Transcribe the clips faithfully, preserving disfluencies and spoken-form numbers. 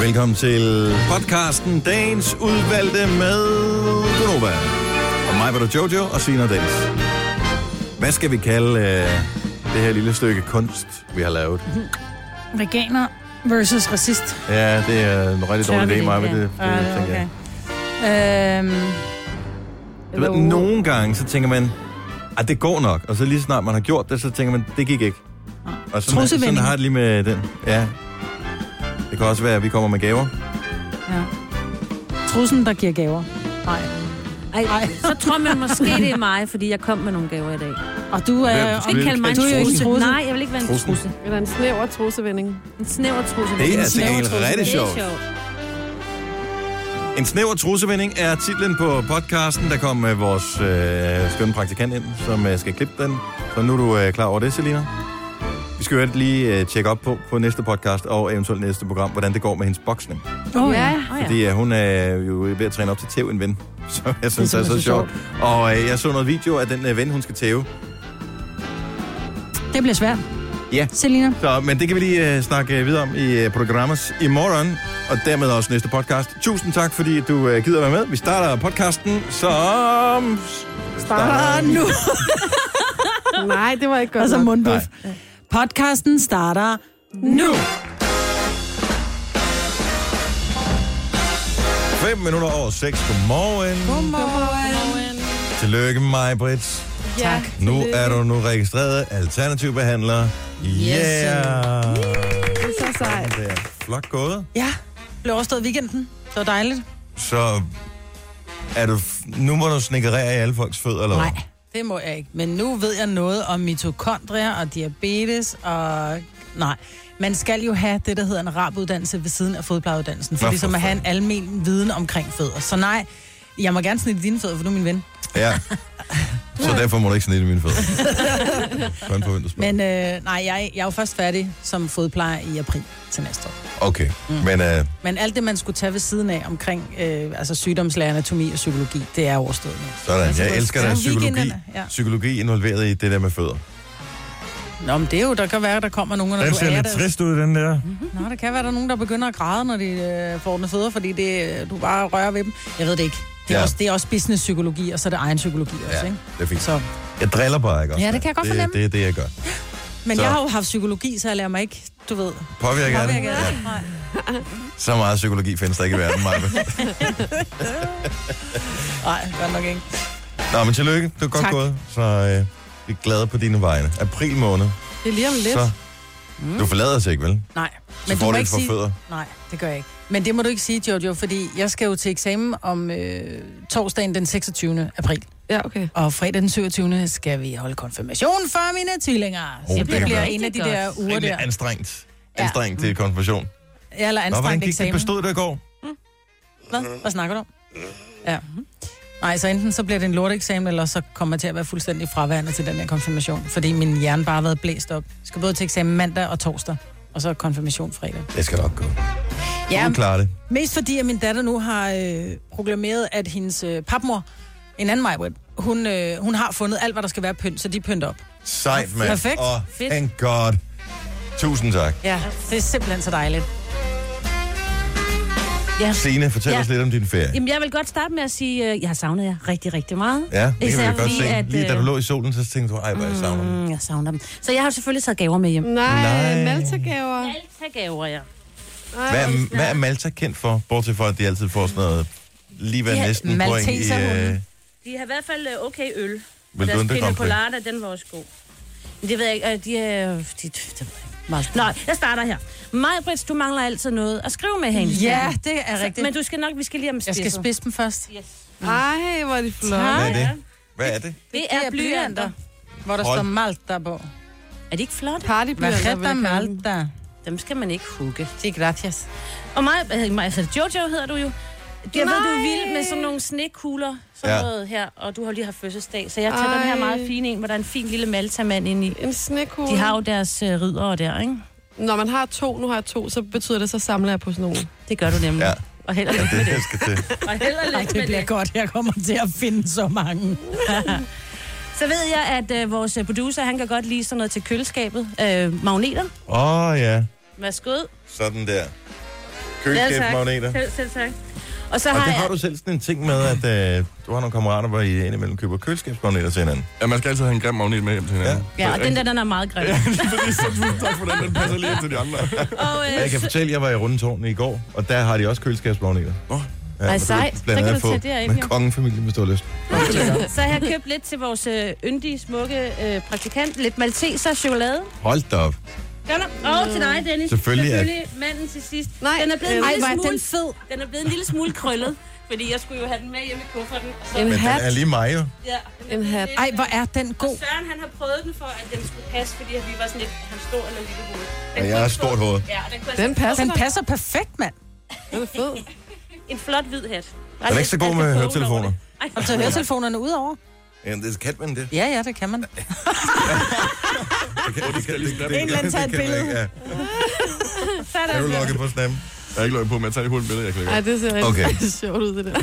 Velkommen til podcasten Dagens Udvalgte med Gunova. Og mig var der Jojo og Sina Dennis. Hvad skal vi kalde uh, det her lille stykke kunst, vi har lavet? Veganer versus racist. Ja, det er en rigtig dårlig idé, mig ved det. det ja, det tænker okay. jeg. Øhm, Du ved, nogle gange, så tænker man, at det går nok. Og så lige snart man har gjort det, så tænker man, det gik ikke. Og sådan, sådan har det lige med den. Ja. Det kan også være, at vi kommer med gaver. Ja. Trussen, der giver gaver. Nej. Ej, Ej. Så tror man måske, det er mig, fordi jeg kom med nogle gaver i dag. Og du er... Du skal ikke kalde mig en trusse. trusse. Nej, jeg vil ikke være en Trussen. trusse. Eller en snæver trussevending. En snæver trussevending. Det er altså en rigtig Det sjovt. er sjovt. En snæver trussevending er titlen på podcasten. Der kom øh, vores øh, skønne praktikant ind, som øh, skal klippe den. Så nu er du øh, klar over det, Selina. Vi skal jo lige øh, tjekke op på, på næste podcast og eventuelt næste program, hvordan det går med hendes boksning. Oh, ja. Oh, ja. Fordi øh, hun er jo ved at træne op til tæv en ven, så jeg synes, det er, det er så sjovt. Og øh, jeg så noget video af den øh, ven, hun skal tæve. Det bliver svært. Ja. Selina. Så, men det kan vi lige øh, snakke videre om i øh, programmet i morgen, og dermed også næste podcast. Tusind tak, fordi du øh, gider være med. Vi starter podcasten som... Starter nu. Nej, det var ikke godt Altså nok. mundbøf. Podcasten starter nu. Fem minutter over seks. Godmorgen. Godmorgen. Tillykke med mig, Britt. Tak. Nu er du nu registreret alternativ behandler. Yeah! Yes. Det er så sejt. Det er flot gået. Ja, blev overstået weekenden. Det var dejligt. Så er du, nu må du snikkerere i alle folks fødder, eller hvad? Nej, det må jeg ikke. Men nu ved jeg noget om mitokondrier og diabetes og... Nej, man skal jo have det, der hedder en rabuddannelse ved siden af fodplejeuddannelsen, for Nå, ligesom for at have en fanden. almen viden omkring fødder. Så nej, jeg må gerne snitte dine fødder, for du er min ven. Ja. Så derfor må du ikke snitte mine fødder. Kun på vinterspil. Men øh, nej, jeg, jeg er jo først færdig som fodplejer i april til næste år. Okay, mm. men... Uh, Men alt det, man skulle tage ved siden af omkring øh, altså sygdomslære, anatomi og psykologi, det er overstået nu. sådan, Altså, jeg vores- elsker, der er Ja, psykologi, weekenderne, ja. psykologi involveret i det der med fødder. Nå, men det er jo, der kan være, der kommer nogen, når Den du ser er lidt der. trist ud, den der. Nå, der kan være, der er nogen, der begynder at græde, når de øh, får ordnet fødder, fordi det, du bare rører ved dem. Jeg ved det ikke. Det er, Ja. også, det er også business-psykologi, og så er det egen psykologi også, Ja, ikke? det er fint. Så. Jeg driller bare, ikke også? Ja, det kan jeg godt det, fornemme. Det er det, jeg gør. Men Så. jeg har jo haft psykologi, så jeg lærer mig ikke, du ved. Påvirker jeg det? Påvirker jeg det? Nej. Så meget psykologi findes der ikke i verden, Maja. Nej, godt nok ikke. Nå, men tillykke. Det er godt Tak. gået. Så øh, vi er glade på dine vegne. April måned. Det er lige om lidt. Så du forlader os ikke, vel? Nej. Så får du ikke for fødder. Nej, det gør jeg ikke. Men det må du ikke sige, Jojo, fordi jeg skal jo til eksamen om øh, torsdagen den seksogtyvende april. Ja, okay. Og fredag den syvogtyvende skal vi holde konfirmation for mine tvillinger. Oh, Så det det kan bliver være en af de rigtig der godt. uger Rigtig der. anstrengt. Ja. Anstrengt til konfirmation. Ja, eller Nå, hvordan anstrengt gik det? eksamen. Bestod det i går? Hvad? Hvad snakker du om? Ja. Nej, så enten så bliver det en lorteeksamen, eller så kommer jeg til at være fuldstændig fraværende til den her konfirmation, fordi min hjerne bare har været blæst op. Jeg skal både til eksamen mandag og torsdag, og så konfirmation fredag. Det skal nok gå. Ja, Du klarer det. mest fordi, at min datter nu har øh, proklameret, at hendes øh, papmor, en anden Majbrit, hun, øh, hun har fundet alt, hvad der skal være pynt, så de pynter op. Sejt, mand. Perfekt. Og Fedt. thank God. Tusind tak. Ja, det er simpelthen så dejligt. Ja. Signe, fortæl Ja. os lidt om din ferie. Jamen, jeg vil godt starte med at sige, at jeg har savnet jer rigtig, rigtig meget. Ja, det kan vi Især da godt fordi, se. at, Lige da du øh, lå i solen, så tænkte du, ej, hvor jeg savner dem. Mm, jeg savner dem. Så jeg har jo selvfølgelig taget gaver med hjem. Nej, Nej. Malta-gaver. Malta-gaver, ja. Hvad er, hvad er Malta kendt for? Bortset fra, at de altid får sådan noget lige ved De har- næsten point i... Malteserhunden. Øh, De har i hvert fald øh, okay øl. Vil Og du deres ikke pina komme colada, den var også god. Men det ved jeg ikke. øh, De er... De, de, de, Nå, jeg starter her. Maj-Brits, du mangler altid noget at skrive med hende. Ja, det er rigtigt. Men du skal nok, vi skal lige have dem Jeg skal spidse dem først. Yes. Ej, hvor er de flotte. Hvad er Tak. det? Hvad er det? Det er blyanter. hvor der Hold. står Malta på. Er de ikke flotte? Partyblyanter, vil Margrethe jeg kalde dem. Malta. Dem skal man ikke hugge. Sí, gracias. Og mig, altså Jojo hedder du jo. Jeg ved, du er vild med sådan nogle snekugler, sådan Ja. noget her, og du har lige haft fødselsdag. Så jeg tager Ej. den her meget fine en, hvor der er en fin lille Malta-mand inde i. En snekugle. De har jo deres uh, riddere der, ikke? Når man har to, nu har jeg to, så betyder det, så samler jeg på sådan nogle. Det gør du nemlig. Ja. Og held og Ja, lykke det med jeg det. skal til. Og held og Ej, lykke det med bliver det. godt. Jeg kommer til at finde så mange. Så ved jeg, at uh, vores producer, han kan godt lide sådan noget til køleskabet. Uh, magneter. Åh, oh, ja. Værsgo. Sådan der. Køleskabsmagneter. Selv, selv tak. Og så Og har det jeg... har du selv sådan en ting med, at øh, du har nogle kammerater, hvor I indimellem køber køleskabsmagneter til hinanden. Ja, man skal altid have en grim magnet med hjem til hinanden. Ja, og den der, den er meget grim. Ja, fordi så tak for den, den passer lige til de andre. Og, øh, Jeg kan fortælle, at jeg var i Rundetårn i går, og der har de også køleskabsmagneter. Åh. Ja, Ej, og så sejt. kan du Så blandt kan andet du tage få derind, med jo. kongefamilien, hvis du har lyst. så har jeg købt lidt til vores øh, yndige, smukke øh, praktikant. Lidt Malteser chokolade. Hold da op. Og til dig, Dennis. Selvfølgelig er- Selvfølgelig manden til sidst. Nej, Den er blevet en Ej, lille hvor er smule... den fed. Den er blevet en lille smule krøllet. Fordi jeg skulle jo have den med hjemme i kufferten. Og så, En Men den hat. er lige mig jo. ja, den En er hat. lidt- Ej, hvor er den god. Og Søren, han har prøvet den for, at den skulle passe, fordi vi var sådan lidt, han stor eller lille hoved. Den Og kunne jeg har ikke stort få- hoved. Ja, den kunne Den altså- passer Den dig. passer perfekt, mand. Den er fed. En flot hvid hat. Den er ikke så god med høretelefoner. Og så høretelefonerne ud over. Ja, det kan man det. Ja, ja, det kan man. Det kan, det kan, det kan, En eller anden tager et det kan man billede. ikke, ja. Er du logget på Snap? Jeg er ikke løgn på, men jeg tager lige hurtigt billede, jeg klikker. Ej, det ser rigtig Okay. okay. sjovt ud, det der.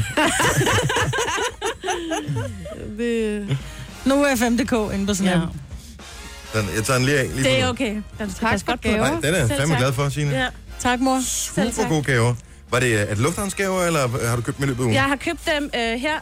det, Nu er fem punktum d k inde på Snap. Ja. Den, jeg tager den lige af. Lige Det er på- okay. Den skal Tak passe for godt på. gaver. Nej, den er jeg Selv fandme tak. glad for, Signe. Ja. Tak, mor. Super gode gaver. Var det, er det lufthavnsgaver, eller har du købt dem i løbet af ugen? Jeg har købt dem øh, her,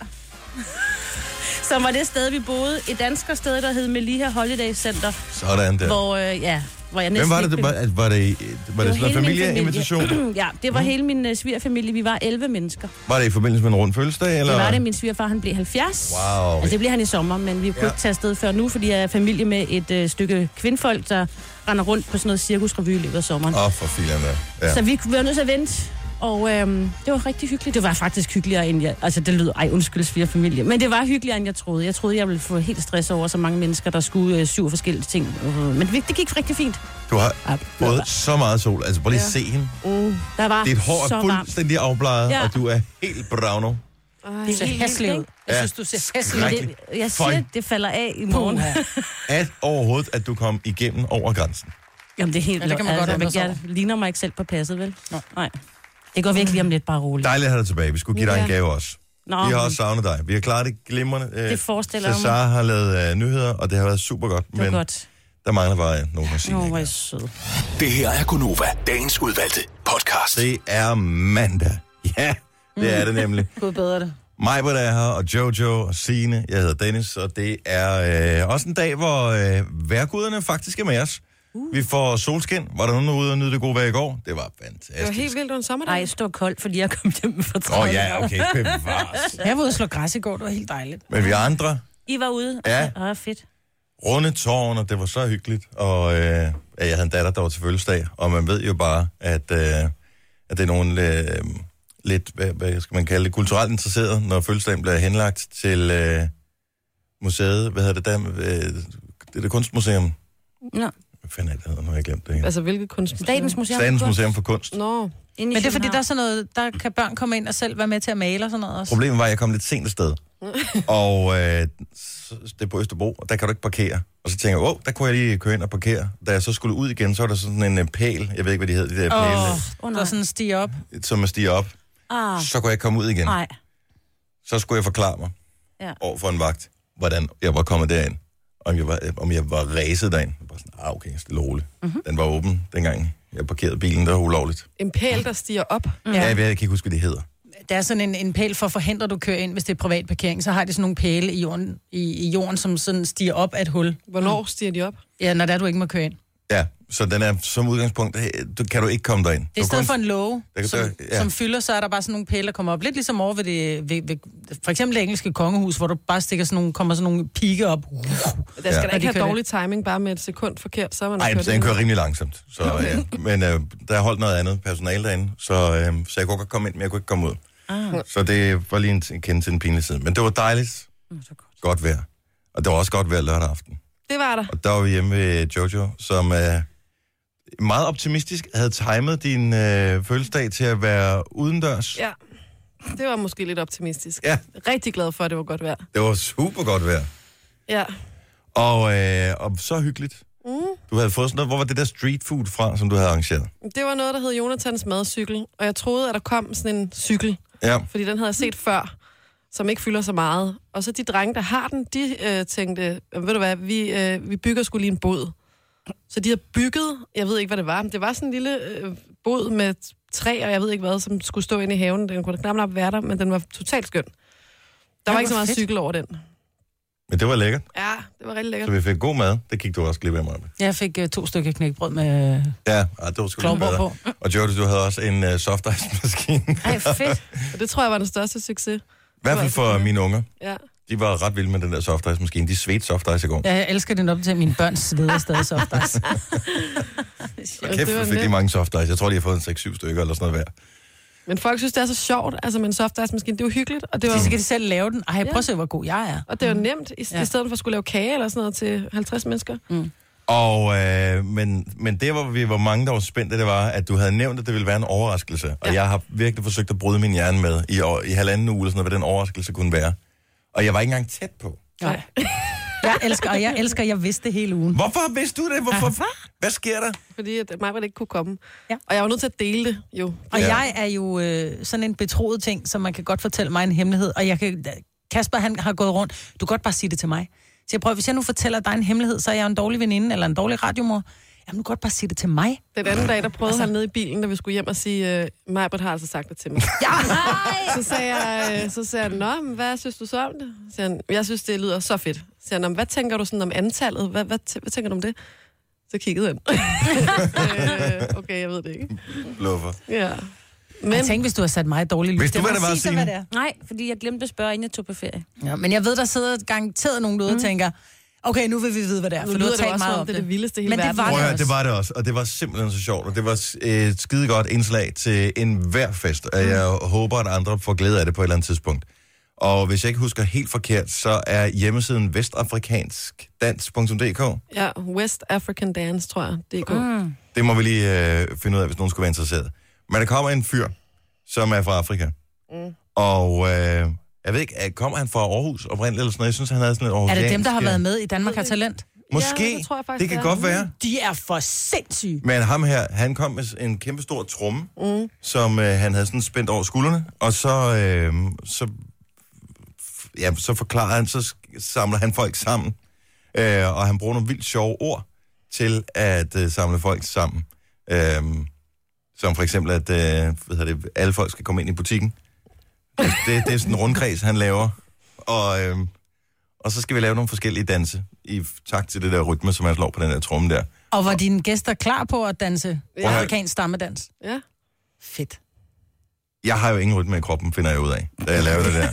som var det sted, vi boede. Et dansker sted, der hed Melia Holiday Center, Sådan der. hvor, øh, ja, hvor jeg næsten Hvem var det? ikke det var, blev- var det, var det sådan en hele min familieinvitation? familie. Ja, det var hele min uh, svigerfamilie. Vi var elleve mennesker. Var det i forbindelse med en rund fødselsdag? Eller? Det var det. Min svigerfar, han blev halvfjerds. Wow. Altså, det blev han i sommer, men vi kunne Ja. ikke tage afsted før nu, fordi jeg er familie med et øh, stykke kvindfolk, der render rundt på sådan noget cirkusrevy i løbet af sommeren. Åh, oh, for filan der. Ja. Så vi var nødt til at vente. Og øhm, det var rigtig hyggeligt. Det var faktisk hyggeligere end jeg... Altså, det lød... Ej, undskyld, svigerfamilie. Men det var hyggeligere, end jeg troede. Jeg troede, jeg ville få helt stress over så mange mennesker, der skulle øh, syv forskellige ting. Øh, men det, det gik rigtig fint. Du har Ja, fået så meget sol. Altså, prøv lige at se hende. Mm, der var Dit hår så er varmt. fuldstændig afbleget, Ja. og du er helt brown nu. Du ser hæslig ud. Jeg Ja. synes, du ser hæslig Nej. ud. Det, jeg siger, Føj. det falder af i morgen. Puha. At overhovedet, at du kom igennem over grænsen. Jamen, det er helt... Ja, det kan man godt undre altså, sig jeg ligner mig ikke selv på passet, vel? Nå. Nej. Det går virkelig om lidt, bare roligt. Dejligt at have dig tilbage. Vi skulle give dig en Ja. gave også. Nå, Vi har men også savnet dig. Vi har klaret det glimrende. Øh, det forestiller jeg mig. Cesar har lavet uh, nyheder, og det har været super godt. Det var Men godt. der mangler bare nogen at sige. Nå, ikke? hvor er I sød. Det her er Gunova, dagens udvalgte podcast. Det er mandag. Ja, det er det nemlig. Gud bedre det. Majbert er her, og Jojo og Signe. Jeg hedder Dennis, og det er øh, også en dag, hvor øh, vejrguderne faktisk er med os. Uh. Vi får solskin. Var der nogen ude og nyde det gode vejr i går? Det var fantastisk. det var helt vildt, det var en sommerdag. Ej, stå koldt, fordi jeg kom hjem for Åh tredive oh, ja, okay, bevares. Jeg var ude og slå græs i går. Det var helt dejligt. Men vi andre, I var ude. Ja. Åh, fedt. runde tårn, og det var så hyggeligt. Og øh, jeg havde en datter, der var til fødselsdag, og man ved jo bare, at, øh, at det er nogen øh, lidt, hvad, hvad skal man kalde det, kulturelt interesseret, når fødselsdagen bliver henlagt til øh, museet. Hvad hedder det der? Øh, det er det kunstmuseum. Nå. Hvad fanden er det, det hedder? Nu har jeg glemt det igen. Altså, hvilket kunstmuseum? Statens Museum. Statens for Kunst. Museum for Kunst. Nå, Inde i Men det er fordi, der er København. sådan noget, der kan børn komme ind og selv være med til at male og sådan noget også. Problemet var, at jeg kom lidt sent afsted. og øh, så- det er på Østerbro, og der kan du ikke parkere. Og så tænker jeg, åh, der kunne jeg lige køre ind og parkere. Da jeg så skulle ud igen, så var der sådan en øh, pæl. Jeg ved ikke, hvad de hedder, de der Åh, pæle, Åh, der er sådan en stige op. som man stiger op. Ah, Så kunne jeg ikke komme ud igen. nej. Så skulle jeg forklare mig Ja. over for en vagt, hvordan jeg var kommet derind. Om jeg var, om jeg var ræset derind. Jeg var sådan, ah, okay, stille og roligt. Mm-hmm. Den var åben dengang. Jeg parkerede bilen, der var ulovligt. en pæl, der stiger op. Ja, jeg, ved, jeg kan ikke huske, hvad det hedder. Der er sådan en, en pæl for at forhindre, at du kører ind, hvis det er privat parkering. Så har de sådan nogle pæle i jorden, i, i jorden som sådan stiger op af et hul. Hvornår stiger de op? Ja, når der du ikke må køre ind. Ja, så den er som udgangspunkt, hey, du, kan du ikke komme derind. Det er i stedet for en låge, kan- som, der- ja. som fylder, så er der bare sådan nogle pæle, der kommer op. Lidt ligesom over ved det, ved, ved, for eksempel det engelske kongehus, hvor du bare stikker sådan nogle, kommer sådan nogle pigge op. Der skal Ja. ja. da Og ikke de have kører dårlig timing, bare med et sekund forkert, så er man Nej, kørt den ind. kører rimelig langsomt. Så, ja. Men øh, der er holdt noget andet personale derinde, så, øh, så jeg kunne godt komme ind, men jeg kunne ikke komme ud. Ah. Så det var lige en, en kende til den pinlige side. Men det var dejligt. Mm, så godt. Godt vejr. Og det var også godt vejr lørdag aften. Det var der. Og der var vi hjemme ved Jojo, som er øh, meget optimistisk havde timet din øh, fødselsdag til at være udendørs. Ja, det var måske lidt optimistisk. Ja. Rigtig glad for, at det var godt vejr. Det var super godt vejr. Ja. Og, øh, og så hyggeligt. Mm. Du havde fået sådan noget. Hvor var det der street food fra, som du havde arrangeret? Det var noget, der hed Jonathans madcykel, og jeg troede, at der kom sådan en cykel, Ja. fordi den havde jeg set før, som ikke fylder så meget. Og så de drenge, der har den, de øh, tænkte, ved du hvad, vi, øh, vi bygger sgu lige en båd. Så de havde bygget, jeg ved ikke, hvad det var, men det var sådan en lille øh, bod med træ, og jeg ved ikke hvad, som skulle stå inde i haven. Den kunne knap nok være der, men den var totalt skøn. Der var ikke så meget fedt. Cykel over den. Men det var lækkert. Ja, det var rigtig lækkert. Så vi fik god mad. Det gik du også glip af mig. Jeg fik uh, to stykker knækbrød med ja, det var sgu lidt bedre. På. Og Jody, du havde også en uh, soft ice maskine. Ej, fedt. Og det tror jeg var den største succes. I hvert fald for mine unger. Ja. De var ret vilde med den der soft ice maskine. De svedte soft ice i går. Ja, jeg elsker den op til, at mine børn sveder stadig soft ice. Og kæft, hvor fik de mange soft ice. Jeg tror, de har fået en seks syv stykker eller sådan noget hver. Men folk synes, det er så sjovt, altså med en soft ice maskine. Det er jo hyggeligt. Og det var... Så skal de selv lave den. Ej, prøv at se, hvor god jeg er. Og det er jo nemt, i, ja. i stedet for at skulle lave kage eller sådan noget til halvtreds mennesker. Mm. Og, øh, men, men det, hvor vi var mange, der var spændte, det var, at du havde nævnt, at det ville være en overraskelse. Ja. Og jeg har virkelig forsøgt at bryde min hjerne med i, år, i halvanden uge, eller sådan noget, hvad den overraskelse kunne være. Og jeg var ikke engang tæt på. Nej. Jeg elsker, og jeg elsker, at jeg vidste det hele ugen. Hvorfor vidste du det? Hvorfor? Hvad sker der? Fordi at mig var det ikke kunne komme. Ja. Og jeg var nødt til at dele det, jo. Og ja. jeg er jo øh, sådan en betroet ting, så man kan godt fortælle mig en hemmelighed. Og jeg kan, Kasper, han har gået rundt. Du kan godt bare sige det til mig. Så jeg prøver, hvis jeg nu fortæller dig en hemmelighed, så er jeg en dårlig veninde eller en dårlig radiomor. Jamen, du kan godt bare sige det til mig. Den anden dag, der prøvede altså... han ned i bilen, da vi skulle hjem og sige, uh, Majbert har altså sagt det til mig. Ja! Så sagde jeg, så sagde han, nå, men hvad synes du så om det? Så han, jeg synes, det lyder så fedt. Så sagde han, hvad tænker du sådan om antallet? Hvad, hvad, t- hvad tænker du om det? Så kiggede han. øh, okay, jeg ved det ikke. Bluffer. Ja. Men... Jeg tænkte, hvis du har sat mig dårligt lys. Vidste du, hvad det var, Signe? Det er. Nej, fordi jeg glemte at spørge, inden jeg tog på ferie. Ja, men jeg ved, der sidder garanteret nogen derude mm. og tænker, okay, nu vil vi vide, hvad det er, for nu du har talt meget om om det. det. Det vildeste i hele men verden. Det var, Prøv, det, ja, det var det også, og det var simpelthen så sjovt, og det var et skide godt indslag til enhver fest, og jeg håber, at andre får glæde af det på et eller andet tidspunkt. Og hvis jeg ikke husker helt forkert, så er hjemmesiden vestafrikanskdans punktum d k. Ja, West African Dance, tror jeg, D K. Mm. Det må vi lige øh, finde ud af, hvis nogen skulle være interesseret. Men der kommer en fyr, som er fra Afrika. Mm. Og øh, jeg ved ikke, kommer han fra Aarhus oprindeligt eller sådan noget? Jeg synes, han havde sådan et aarhusiansk... Er det dem, der har været med i Danmark har talent? Måske. Ja, det, tror jeg faktisk, det kan det godt være. De er for sindssyge. Men ham her, han kom med en kæmpe stor tromme, mm. som øh, han havde sådan spændt over skuldrene, og så, øh, så, ja, så forklarer han, så samler han folk sammen, øh, og han bruger nogle vildt sjove ord til at øh, samle folk sammen. Øh, som for eksempel, at øh, hvad det, alle folk skal komme ind i butikken. Det, det, det er sådan en rundkreds, han laver, og... Øh, Og så skal vi lave nogle forskellige danse i takt til det der rytme, som han slår på den der tromme der. Og var dine gæster klar på at danse ja. afrikansk stammedans? Ja. Fedt. Jeg har jo ingen rytme i kroppen, finder jeg ud af, da jeg laver det der.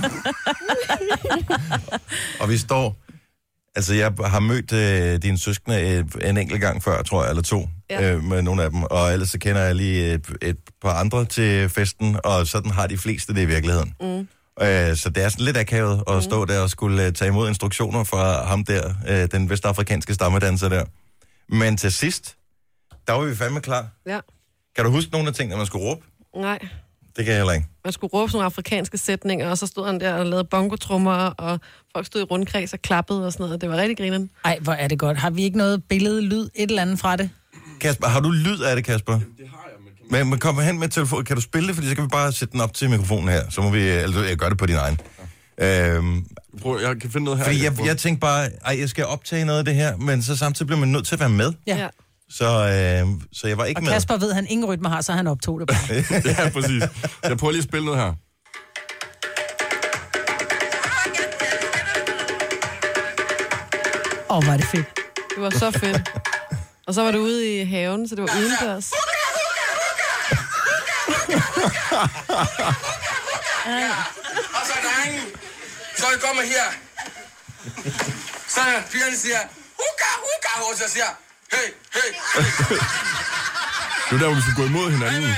Og vi står... Altså, jeg har mødt øh, dine søskende øh, en enkelt gang før, tror jeg, eller to, ja. øh, med nogle af dem. Og ellers så kender jeg lige et, et par andre til festen, og sådan har de fleste det i virkeligheden. Mm. Så det er sådan lidt akavet at stå der og skulle tage imod instruktioner fra ham der, den vestafrikanske stammedanser der. Men til sidst, der var vi fandme klar. Ja. Kan du huske nogle af tingene, man skulle råbe? Nej. Det kan jeg heller ikke. Man skulle råbe sådan nogle afrikanske sætninger, og så stod han der og lavede bongotrummer, og folk stod i rundkreds og klappede og sådan noget. Det var rigtig grineren. Ej, hvor er det godt. Har vi ikke noget billede, lyd, et eller andet fra det? Kasper, har du lyd af det, Kasper? Det har jeg, men... Men, men kom hen med telefonen. Kan du spille det? Fordi så kan vi bare sætte den op til mikrofonen her. Så må vi... Eller jeg gør det på din egen. Ja. Øhm, Prøv, jeg kan finde noget her. fordi jeg, jeg tænkte bare, ej, jeg skal optage noget af det her, men så samtidig bliver man nødt til at være med. Ja. Ja. Så, øh, så jeg var ikke og med. Og Kasper ved, at han ingen rytme har, så han optog det bare. Ja, præcis. Jeg prøver lige at spille noget her. Åh, oh, var det fedt. Det var så fedt. Og så var det ude i haven, så det var udendørs. Og så drengen, så kommer her. Så pigerne siger, hukka, hukka, og så siger, hey, hey, hey. Det er der, hvor vi skal gå imod hinanden.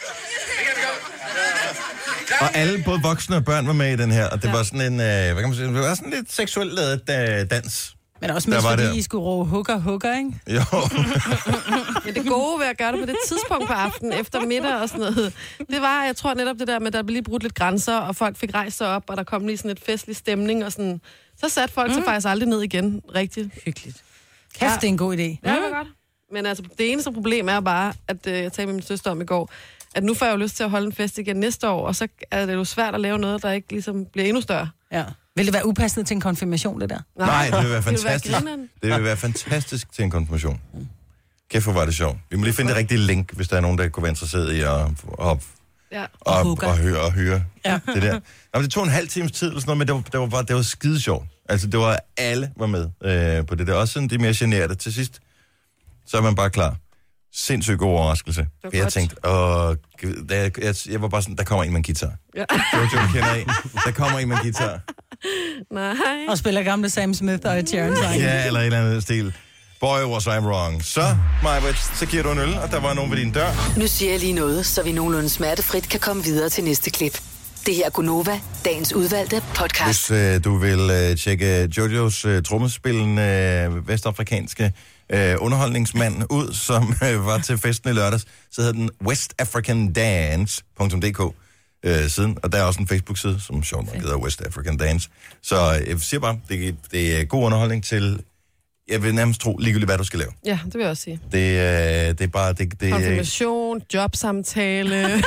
Og alle, både voksne og børn, var med i den her, og det ja. var sådan en, øh, hvad kan man sige, det var sådan lidt seksuelt lavet øh, dans. Men også mest fordi der. I skulle råbe hugger, hugger, ikke? Jo. Men det gode ved at gøre det på det tidspunkt på aftenen, efter middag og sådan noget, det var, jeg tror netop det der med, at der blev lige brudt lidt grænser, og folk fik rejst sig op, og der kom lige sådan et festlig stemning, og sådan, så satte folk mm. sig faktisk aldrig ned igen, rigtigt. Hyggeligt. Kæft, ja. Det er en god idé. Ja, det var godt. Men altså, det eneste problem er bare, at øh, jeg talte med min søster om i går, at nu får jeg jo lyst til at holde en fest igen næste år, og så er det jo svært at lave noget, der ikke ligesom bliver endnu større. Ja. Vil det være upassende til en konfirmation, det der? Nej, det vil være Det vil være fantastisk. grineren. Det vil være fantastisk til en konfirmation. Kæft, hvor var det sjovt. Vi må lige finde det rigtige link, hvis der er nogen, der kunne være interesseret i at, at, Ja. at, at, hugger. at høre, at høre Ja. det der. Nå, det tog en halv times tid, eller sådan noget, men det var, det var, bare, det var skide sjovt. Altså, det var, alle var med øh, på det der. Også sådan, det mere generede til sidst. Så er man bare klar. Sindssygt god overraskelse. var Jeg godt. tænkte, åh, da jeg, jeg, jeg var bare sådan, der kommer en med en guitar. Ja. Jojo kender en. Der kommer en med en guitar. Nej. Og spiller gamle Sam Smith og Ed Sheeran sang. Ja, eller et eller andet stil. Boy, was I wrong. Så, Majbrit, så giver du en øl, og der var nogen ved din dør. Nu siger jeg lige noget, så vi nogenlunde smertefrit kan komme videre til næste klip. Det her er Gunova, dagens udvalgte podcast. Hvis øh, du vil øh, tjekke Jojos øh, trommespillende øh, vestafrikanske øh, underholdningsmand ud, som øh, var til festen i lørdags, så hedder den west african dance punktum d k øh, siden, og der er også en Facebook-side, som sjovt nok hedder West African Dance. Så øh, jeg siger bare, det, det er god underholdning til, jeg vil nærmest tro, ligegyldigt hvad du skal lave. Ja, det vil jeg også sige. Det, øh, det er bare, det, det, Konfirmation, jobsamtale. Oh,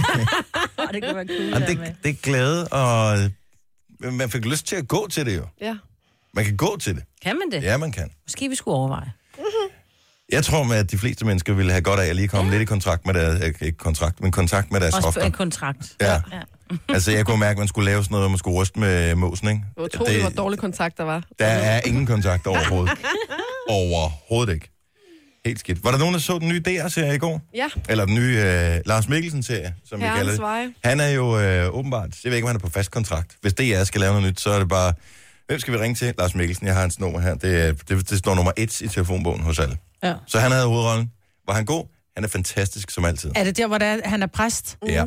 det kunne være cool. Jamen, det, det er glæde, og man fik lyst til at gå til det jo. Ja. Man kan gå til det. Kan man det? Ja, man kan. Måske vi skulle overveje. Jeg tror, at de fleste mennesker ville have godt af at lige komme ja. lidt i kontrakt med deres, ikke kontrakt, men kontakt med deres Også hofter. en kontrakt. Ja. ja. Altså, jeg kunne mærke, at man skulle lave sådan noget, man skulle ryste med måsen, ikke? Hvor utroligt, hvor dårlig kontakt der var. Der er ingen kontakt overhovedet. Overhovedet ikke. Helt skidt. Var der nogen, der så den nye D R-serie i går? Ja. Eller den nye øh, Lars Mikkelsen-serie, som vi Herrens kalder det. Veje. Han er jo øh, åbenbart, jeg ved ikke, om han er på fast kontrakt. Hvis D R skal lave noget nyt, så er det bare, hvem skal vi ringe til? Lars Mikkelsen, jeg har hans nummer her. Det, er- det, det står nummer et i telefonbogen hos alle. Ja. Så han havde hovedrollen. Var han god? Han er fantastisk som altid. Er det der, hvor det er, han er præst? Ja.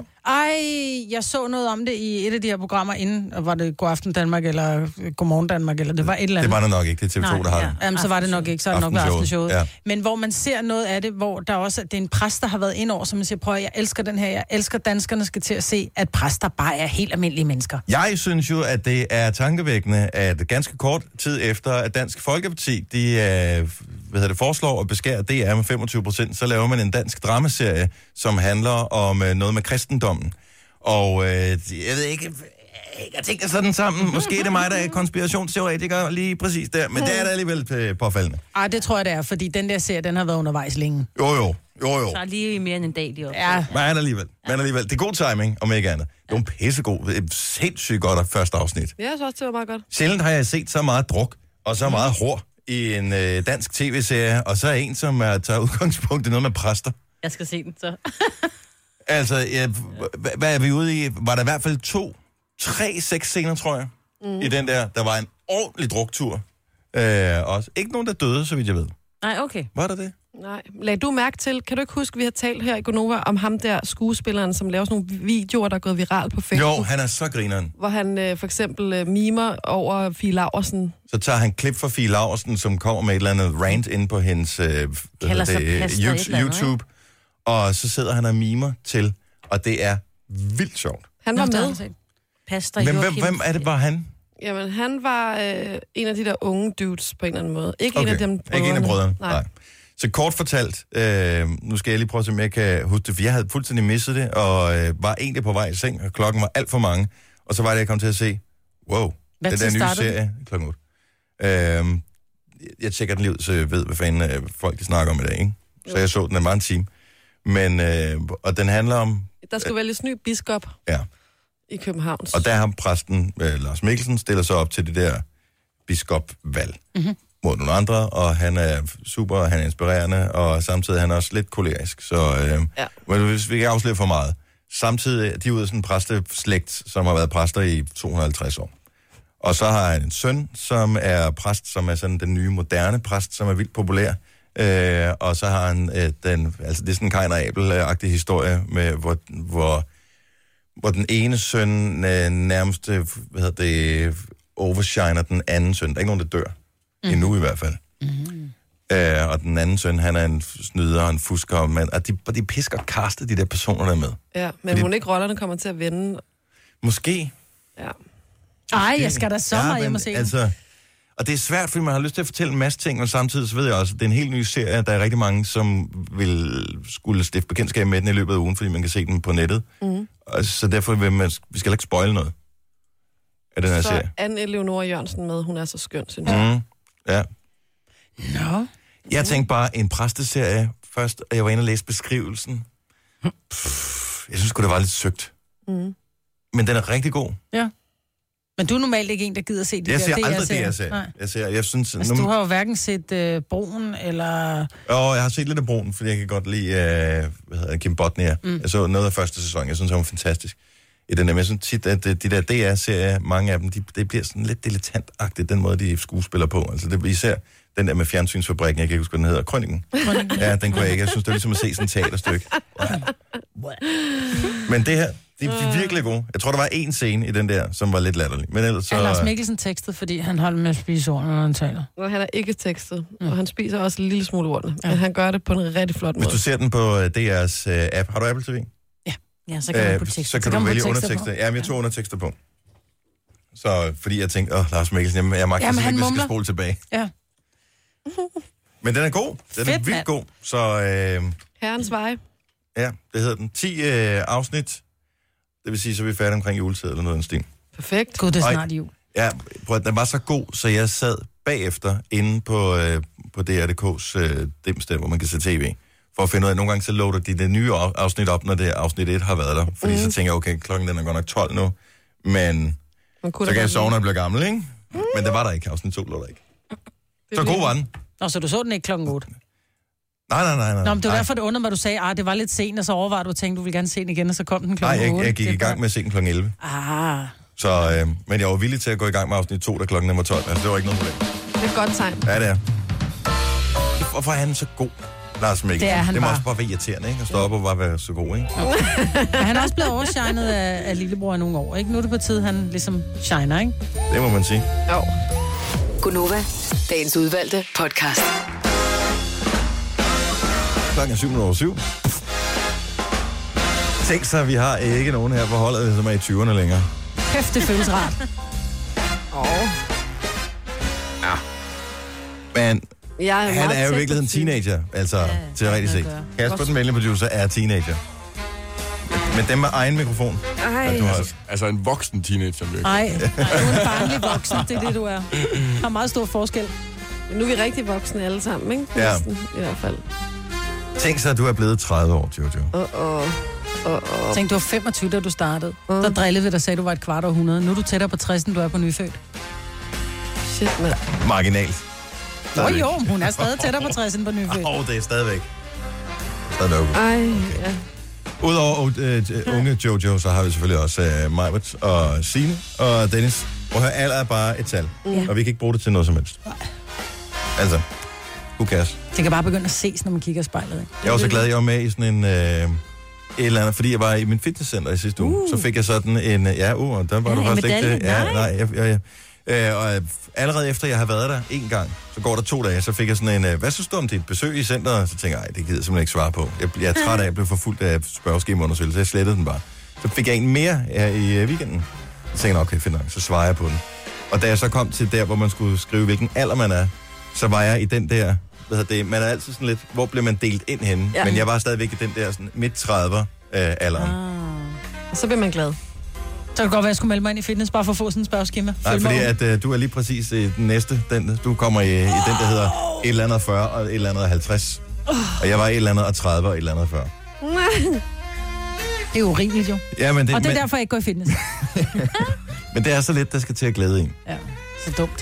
Ej, jeg så noget om det i et af de her programmer inden, og var det Godaften Danmark, eller Godmorgen Danmark, eller det var et eller Det andet. var det nok ikke, det er T V to, Nej, der har ja. det. Jamen, så var det nok ikke, så er det nok med Aftenshowet, aftenshowet. ja. Men hvor man ser noget af det, hvor der også det er en præst, der har været ind over, som man siger, prøv at, jeg elsker den her, jeg elsker danskerne skal til at se, at præster bare er helt almindelige mennesker. Jeg synes jo, at det er tankevækkende, at ganske kort tid efter, at Dansk Folkeparti, de øh, hvad hedder det, foreslår at beskære D R med femogtyve procent, så laver man en dansk dramaserie, som handler om øh, noget med kristendommen. Og øh, jeg ved ikke, jeg tænker sådan sammen. Måske er det mig, der er konspirationsteoretiker lige præcis der, men det er da alligevel øh, påfaldende. Ej, det tror jeg, det er, fordi den der serie, den har været undervejs længe. Jo, jo, jo, jo. Så er lige mere end en dag lige op. Ja, Men alligevel, men alligevel. Det er god timing, om ikke andet. Det var en pissegod, et sindssygt godt første afsnit. Ja, jeg synes også, det var meget godt. Sjældent har jeg set så meget druk og så meget hår i en øh, dansk tv-serie, og så er en, som er, tager udgangspunkt i noget med præster. Jeg skal se den så. Altså, ja, h- hvad er vi ude i? Var der i hvert fald to, tre sexscener, tror jeg, mm. i den der. Der var en ordentlig druktur. Øh, også. Ikke nogen, der døde, så vidt jeg ved. Nej, okay. Var der det? Nej. Lagde du mærke til, kan du ikke huske, vi har talt her i Gonova om ham der skuespilleren, som laver sådan nogle videoer, der er gået viralt på Facebook? Jo, han er så grineren. Hvor han øh, for eksempel øh, mimer over Fie Laursen. Så tager han klip fra Fie Laursen, som kommer med et eller andet rant inde på hendes øh, hvad Kalder hedder sig det, pastor et eller andet, YouTube. Og så sidder han og mimer til, og det er vildt sjovt. Han Nå, var det har med. jeg set. Pastor Men hvem, Joachim. hvem er det, var han? Jamen, han var øh, en af de der unge dudes på en eller anden måde. Ikke en af dem brødrene. Ikke en af brødrene. Nej. Nej. Så kort fortalt, øh, nu skal jeg lige prøve at se, om jeg kan huske det, for jeg havde fuldstændig misset det, og øh, var egentlig på vej i seng, og klokken var alt for mange. Og så var det, jeg kom til at se, wow, Hvad den der tid nye startede serie, klokken otte. Øh, jeg tjekker den lige ud, så jeg ved, hvad fanden øh, folk de snakker om i dag, ikke? Så jeg så den, den var en time. Men, øh, og den handler om, Der skulle vælges ny biskop ja, i København. og der har præsten, øh, Lars Mikkelsen, stiller sig op til det der biskopvalg mm-hmm. mod nogle andre, og han er super, og han er inspirerende, og samtidig er han også lidt kolerisk, så øh, Ja. men hvis vi ikke afslører for meget. Samtidig er de ude af sådan en præsteslægt, som har været præster i to hundrede og halvtreds år. Og så har han en søn, som er præst, som er sådan den nye, moderne præst, som er vildt populær. Øh, og så har han øh, den, altså det er sådan en Kain og Abel-agtig historie, med, hvor, hvor, hvor den ene søn øh, nærmest, øh, hvad hedder det, overshiner den anden søn. Der er ikke nogen, der dør. Mm. Endnu i hvert fald. Mm. Øh, og den anden søn, han er en snyder og en fusker. Men, og de, de pisker kastet de der personer der med. Ja, men Fordi- hun ikke rollerne kommer til at vende. Måske. Ja. Ej, jeg skal da så meget hjem og se den. altså, og det er svært, fordi man har lyst til at fortælle en masse ting, men samtidig så ved jeg også, at det er en helt ny serie. Der er rigtig mange, som vil skulle stifte bekendtskab med den i løbet af ugen, fordi man kan se den på nettet. Mm. Og så derfor vil man, vi skal ikke spoile noget. af den her så serie. Anne Eleonora Jørgensen med. Hun er så skøn, synes jeg. Mm. Ja. Nå. Jeg tænkte bare, en præsteserie først, og jeg var inde og læse beskrivelsen. Pff, jeg synes sgu, det var lidt søgt. Mm. Men den er rigtig god. Ja. Men du er normalt ikke en, der gider se de Jeg der ser D aldrig R-serier. det, jeg ser. Jeg ser, jeg synes... Altså, du har jo hverken set øh, Broen, eller... Og jeg har set lidt af Broen, fordi jeg kan godt lide, øh, hvad hedder det, Kim Bodnia. Mm. Jeg så noget af første sæson, jeg synes, han var fantastisk i den der. Men jeg synes tit, at de der D R-serier, mange af dem, de, det bliver sådan lidt dilettantagtigt, den måde, de skuespiller på. Altså, det især den der med fjernsynsfabrikken, jeg kan ikke huske, hvad den hedder, Krønningen. Ja, den kunne jeg ikke. Jeg synes, det er ligesom at se sådan et teaterstykke. Men det her, de er virkelig gode. Jeg tror, der var en scene i den der, som var lidt latterlig. Men ellers så... Er Lars Mikkelsen tekstet, fordi han holder med at spise ordene, når han taler? Og han er ikke tekstet, mm. og han spiser også en lille smule ordene. Ja. Men han gør det på en rigtig flot måde. Hvis du ser den på D R's uh, app, har du Apple T V? Ja, ja så kan man uh, putte tekster. Så kan så du vælge undertekster. Ja, men jeg tog ja. undertekster på. Så fordi jeg tænkte, åh, Lars Mikkelsen, jeg, jeg magter simpelthen ikke, hvis jeg skal spole tilbage. Ja. Men den er god. Den Fedt, er vildt mand. god. Så øh, Herrens vej. ja, det hedder den. ti øh, afsnit. Det vil sige, så er vi færdige omkring juletid eller noget af den stil. Perfekt. Gud, det er Ej. snart jul. Ja, prøv, at- den var så god, så jeg sad bagefter inde på, øh, på D R punktum D K's øh, dimsted, hvor man kan se tv. For at finde ud af, at nogle gange så loader de det nye af- afsnit op, når det afsnit et har været der. Fordi mm. så tænker jeg, okay, klokken den er godt nok tolv nu. Men så kan jeg sove, når jeg bliver gammel, ikke? Mm. Men det var der ikke. Afsnit to lå der ikke. Så god var den. Nå, så du så den ikke klokken otte? Nej, nej, nej, nej. Nå, men det var nej. derfor, det undrede mig, du sagde, at det var lidt sent, og så overvejede du og tænkte, du ville gerne se den igen, og så kom den Nej, klokken jeg, otte. jeg gik i gang med at se den klokken elleve. Ah. Så, øh, men jeg var villig til at gå i gang med afsnit to, da klokken var tolv. Altså, det var ikke noget problem. Det er et godt tegn. Ja, det er. Hvorfor er han så god, Lars Mikkelsen? Det er han det må bare. også bare være irriterende, ikke? At stå op og bare være så god, ikke? Men han er også blevet overshinet af, af lillebror i nogle år, ikke? Nu er det på tide, han ligesom shiner, ikke? Det må man sige. Jo. Gunova, dagens udvalgte podcast. Klokken er syv over syv. Tænk så, vi har ikke nogen her på holdet, som er i tyverne længere. Kæft, det føles rart. Men Jeg er han meget er jo i tæt virkeligheden på tyve. teenager, altså ja, til rigtig set. gøre. Kasper, den venlige producer, er teenager. Men dem med egen mikrofon. Ej. Ja, du har også. Altså en voksen teenager, virkelig. Nej, du er en barnlig voksen, det er det, du er. Der er meget stor forskel. Men nu er vi rigtig voksne alle sammen, ikke? Ja. Næsten, i hvert fald. Tænk så, at du er blevet tredive år, Jojo. Åh, åh. Åh, åh. Tænk, du var femogtyve, da du startede. Mm. Der drillede vi dig, sagde du var et kvart århundrede. Nu er du tættere på tres, end du er på nyfødt. Shit, mand. Marginalt. Jo, jo, hun er stadig tættere på tres, end på nyfødt. Åh, oh, det er stadigvæk. Stadigvæk okay. Ej, ja. Udover uh, unge Jojo, så har vi selvfølgelig også uh, Majbert og Signe og Dennis. Prøv at høre, alder er bare et tal. Mm. Og vi kan ikke bruge det til noget som helst. Altså, who cares? Det kan bare begynde at ses, når man kigger i spejlet, ikke? Jeg var så glad, at jeg var med i sådan en... Uh, et eller andet, fordi jeg var i min fitnesscenter i sidste uge. Uh. Så fik jeg sådan en... Uh, ja, uh, og der var Ja, du en faktisk medalje? ikke... Ja, Nej. nej, jeg, jeg, jeg, Øh, og øh, allerede efter jeg har været der en gang, så går der to dage, så fik jeg sådan en, øh, hvad synes du om dit besøg i centret? Så tænker jeg, ej, det gider jeg simpelthen ikke svare på. Jeg, jeg er træt af, at jeg blev forfulgt af spørgeskemaundersøgelse, så jeg slettede den bare. Så fik jeg en mere her i øh, weekenden. Så tænkte jeg, okay, fint nok, så svarer jeg på den. Og da jeg så kom til der, hvor man skulle skrive, hvilken alder man er, så var jeg i den der, hvad hedder det, man er altid sådan lidt, hvor bliver man delt ind henne? Ja. Men jeg var stadigvæk i den der sådan midt trediver øh, alderen. Ah. Og så bliver man glad. Så kan det godt være, at jeg skulle melde mig ind i fitness, bare for at få sådan en spørgeskema. Nej, Følg mig fordi over. at, øh, du er lige præcis i den næste. Den, du kommer i, i den, der hedder et eller andet fyrre og et eller andet halvtreds. Og jeg var et eller andet tredive og et eller andet fyrre. Det er jo urimeligt, jo. Ja, men det, Og det er men, derfor, jeg ikke går i fitness. men det er så lidt, der skal til at glæde en. Ja, så dumt.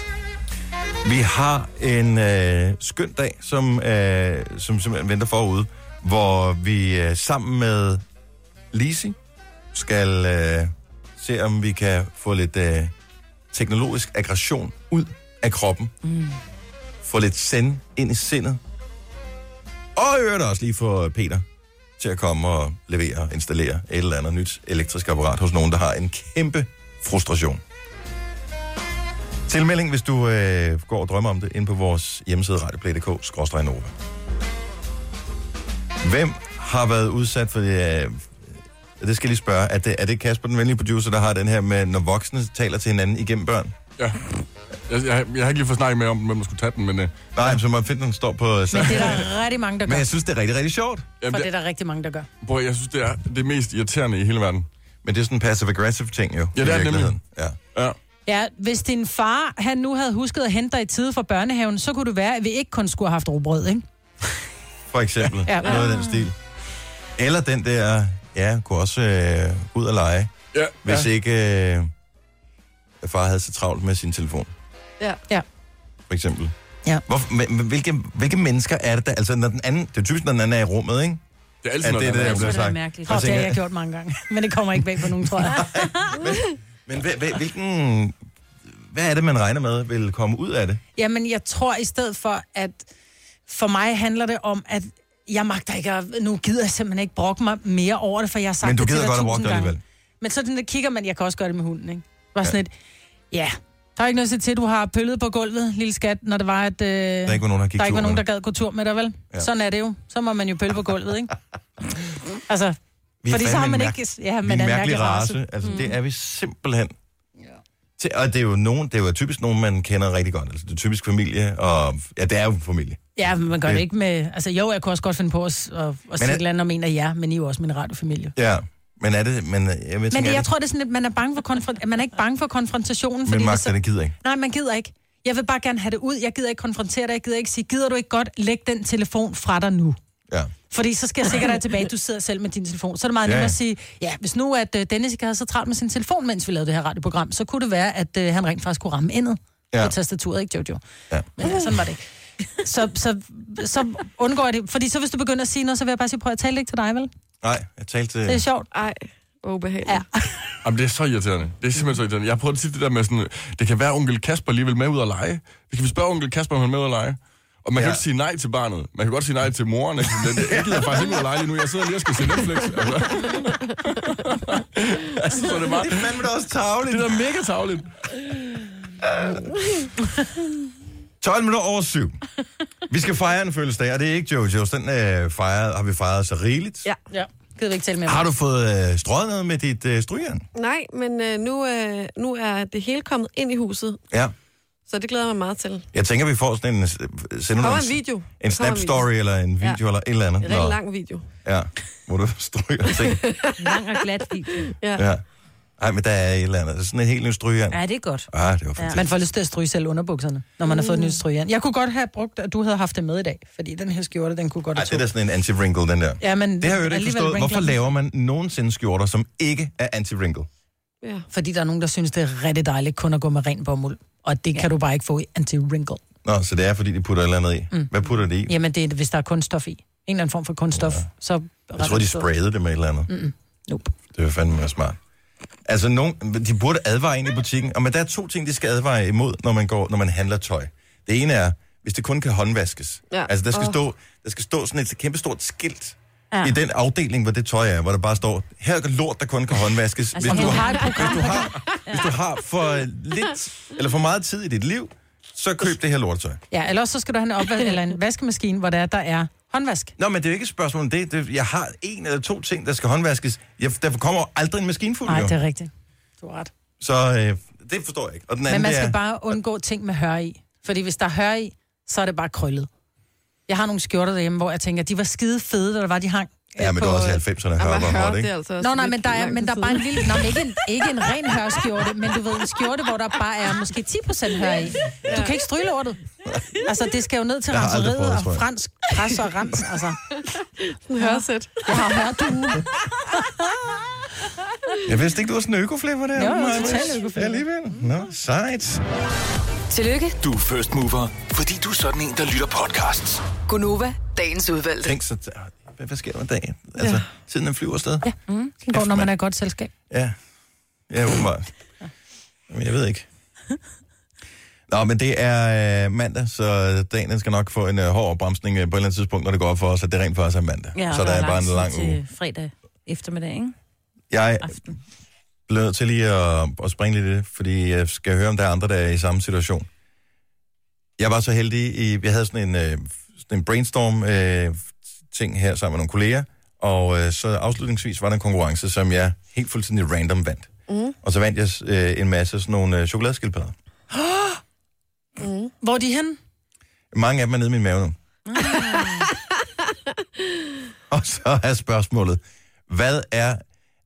Vi har en øh, skøn dag, som, øh, som simpelthen venter forude, hvor vi øh, sammen med Lisi skal øh, se, om vi kan få lidt øh, teknologisk aggression ud af kroppen. Mm. Få lidt send ind i sindet. Og i øvrigt også lige få Peter til at komme og levere og installere et eller andet nyt elektrisk apparat hos nogen, der har en kæmpe frustration. Tilmelding, hvis du øh, går og drømmer om det, ind på vores hjemmeside radioplay punktum d k skråstreg nova. Hvem har været udsat for det? Øh, det skal jeg lige spørge. Er det, er det Kasper, den venlige producer, der har den her med, når voksne taler til hinanden igennem børn? Ja. Jeg, jeg, jeg har ikke lige fået snakket med om, hvem man skulle tage den, men... Øh, Nej, så må finde, den står på... Men det er der rigtig mange, der gør. Men jeg synes, det er rigtig, rigtig sjovt. jamen, For det det, er der rigtig mange, der gør. bror, jeg synes, det er det mest irriterende i hele verden. Men det er sådan en passive-aggressive ting jo. Ja, det i er det virkeligheden. Ja. Ja. Ja, hvis din far, han nu havde husket at hente dig i tide fra børnehaven, så kunne det være, at vi ikke kun skulle have haft rugbrød, ikke? For eksempel. Ja. Noget af den stil. Eller den der, ja, kunne også øh, ud og lege, Ja, hvis ja. ikke øh, far havde så travlt med sin telefon. Ja. Ja. For eksempel. Ja. Hvor, men, hvilke, hvilke mennesker er det der? Altså, når den anden, det er typisk, når den anden er i rummet, ikke? Det er altid At noget, det er det, der der er bliver Det er sagt. mærkeligt. Og det har tænker- jeg gjort mange gange. Men det kommer ikke bag på nogen, tror jeg. Men hvil- hvil- hvilken... Hvad er det, man regner med vil komme ud af det? Jamen, jeg tror i stedet for, at for mig handler det om, at jeg magter ikke at... Nu gider jeg simpelthen ikke brokke mig mere over det, for jeg har sagt Men du det til gider dig godt at tusind brokke dig gange. alligevel. Men så den der kigger man, jeg kan også gøre det med hunden, ikke? Var sådan et, ja, der er ikke noget at sige til, at du har pøllet på gulvet, lille skat, når det var, at øh, der ikke var nogen, der gik der ikke tur var nogen, med der gad gå tur med dig, vel? Ja. Ja. Sådan er det jo. Så må man jo pølle på gulvet, ikke? Altså, Vi er fordi så fandme har man en ikke... mærk- Ja, vi er men en er en mærkelig mærkelig race. race. Altså, mm. det er vi simpelthen. Til, og det er jo nogen, det er jo typisk nogen, man kender rigtig godt. Altså, det er typisk familie, og ja, det er jo familie. Ja, men man gør Det- det ikke med... Altså, jo, jeg kunne også godt finde på at, at, at sige er- et eller andet om en af jer, men I er jo også min radiofamilie. Ja, men er det... Men, jeg vil Men tænke, det, er jeg det, tror, det er sådan, at man er, bange for konfron- man er ikke bange for konfrontationen. men Fordi hvis magter så... det gider ikke. Nej, man gider ikke. Jeg vil bare gerne have det ud. Jeg gider ikke konfrontere dig. Jeg gider ikke sige, gider du ikke godt lægge den telefon fra dig nu? Ja. Fordi så skal jeg sikkert have tilbage, du sidder selv med din telefon. Så er det meget Ja, nemmere ja. at sige, ja, hvis nu at uh, Dennis ikke havde så travlt med sin telefon, mens vi lavede det her radioprogram, så kunne det være, at uh, han rent faktisk kunne ramme indet Ja. på tastaturet, ikke Jojo? Ja. Men ja, sådan var det ikke. Så, så, så undgår jeg det. Fordi så hvis du begynder at sige noget, så vil jeg bare sige, prøv at tale ikke til dig, vel? Nej, jeg talte til... Det er sjovt. Ej, ubehageligt. Ja. Jamen, det er så irriterende. Det er simpelthen så irriterende. Jeg har prøvet at sige det der med sådan, det kan være, onkel Kasper lige vil med ud og lege. Vi kan vi spørge onkel Kasper, om han er med ud og lege. Og man kan Ja. jo ikke sige nej til barnet. Man kan godt sige nej til moren. Ikke? Den, jeg gider faktisk ikke ud og lege lige nu. Jeg sidder lige og skal se Netflix. Altså, altså så er det bare... Det er fandme da også tavligt. Det er da mega tavligt. tolv minutter over syv. Vi skal fejre en fødselsdag, og det er ikke Jojos. Den øh, fejret, har vi fejret så rigeligt. Ja. Ja, gider vi ikke tale mere om. Har du fået øh, strøget noget med dit øh, strygjern? Nej, men øh, nu, øh, nu er det hele kommet ind i huset, Ja. så det glæder jeg mig meget til. Jeg tænker, vi får sådan en... øh, Sender Der du kommer en, en video. en Der kommer snap story eller en video Ja. eller et eller andet? En rigtig lang video. Ja, hvor du stryger ting. Lang og glat video. Ja. Ja. Ej, men der er et eller andet. Sådan en helt ny strygjern. Ja, det er godt. Ah, det var fantastisk. Man får lyst til at stryge selv underbukserne, når man har fået et nyt strygjern. Jeg kunne godt have brugt, at du havde haft det med i dag, fordi den her skjorte, den kunne godt Ej, have det er da sådan en anti-wrinkle, den der. Ja, men Det har jeg jo ikke alligevel forstået. Hvorfor wrinkler. laver man nogensinde skjorter, som ikke er anti-wrinkle? Ja. Fordi der er nogen, der synes, det er rigtig dejligt kun at gå med ren bomuld. Og det kan du bare ikke få i anti-wrinkle. Nå, så det er, fordi de putter et eller andet i. Mm. Hvad putter de i? Jamen, det er, hvis der er kunststof i. En eller anden form for kunststof, ja. så... Jeg tror, de sprayede det med et eller andet. Mm-mm. Nope. Det var fandme mere smart. Altså, nogen, de burde advare ind i butikken. Og men der er to ting, de skal advare imod, når man, går, når man handler tøj. Det ene er, hvis det kun kan håndvaskes. Ja. Altså, der skal, Åh. stå, der skal stå sådan et kæmpestort skilt Ja. i den afdeling, hvor det tøj er, hvor der bare står, her er lort, der kun kan håndvaskes. Altså, hvis, du her- har, hvis, du har, hvis du har for lidt, eller for meget tid i dit liv, så køb det her lortetøj. Ja, eller også så skal du have en, opvask, eller en vaskemaskine, hvor der er, der er håndvask. Nå, men det er jo ikke et spørgsmål om det. det. Jeg har en eller to ting, der skal håndvaskes. Jeg, der kommer aldrig en maskine fuld. Nej, jo. det er rigtigt. Du har ret. Så øh, det forstår jeg ikke. Og den anden, Men man det skal er, bare undgå ting med hør i. Fordi hvis der er hør i, så er det bare krøllet. Jeg har nogle skjorter derhjemme, hvor jeg tænker, de var skide fede, da der var de hang. Ja, men det var også i halvfemserne Jamen, hør, hør, var det ikke? er altså også Nå, nej, lidt men der er, lang men der er tid bare en siden. lille... Nå, men ikke en, ikke en ren hørskjorte, men du ved, en skjorte, hvor der bare er måske ti procent hør i. Du kan ikke stryge lortet. Altså, det skal jo ned til Jeg har aldrig renseriet prøvet, og tror jeg. fransk pres og rens, altså. En hørsæt. Jeg har hørt du. Jeg vidste ikke, du var sådan en økoflipper der. Jo, jo, Maja. total økoflipper. Ja, alligevel. Nå, sejt. Tillykke, Du er first mover, fordi du er sådan en, der lytter podcasts. Gunova, dagens udvalgte. Tænk så, hvad, hvad sker der med dagen? Altså, ja. Tiden den flyver afsted. Ja, mm. det går, når man er i godt selskab. Ja, ja åbenbart. Men jeg ved ikke. Nå, men det er øh, mandag, så dagen skal nok få en øh, hård opbremsning øh, på et eller andet tidspunkt, når det går op for os, at det rent faktisk er mandag. Ja, så der er bare en tid lang til uge. fredag eftermiddag, ikke? Jeg Aften. bliver nødt til lige at, at springe lidt i det, fordi jeg skal høre, om der er andre, der er i samme situation. Jeg var så heldig, i, jeg havde sådan en, øh, sådan en brainstorm-ting øh, her sammen med nogle kolleger, og øh, så afslutningsvis var der en konkurrence, som jeg helt fuldstændig random vandt. Mm. Og så vandt jeg øh, en masse sådan nogle øh, chokoladeskildpadder. Mm. Hvor er de henne? Mange af dem er nede i min mave nu. Mm. Og så er spørgsmålet, hvad er,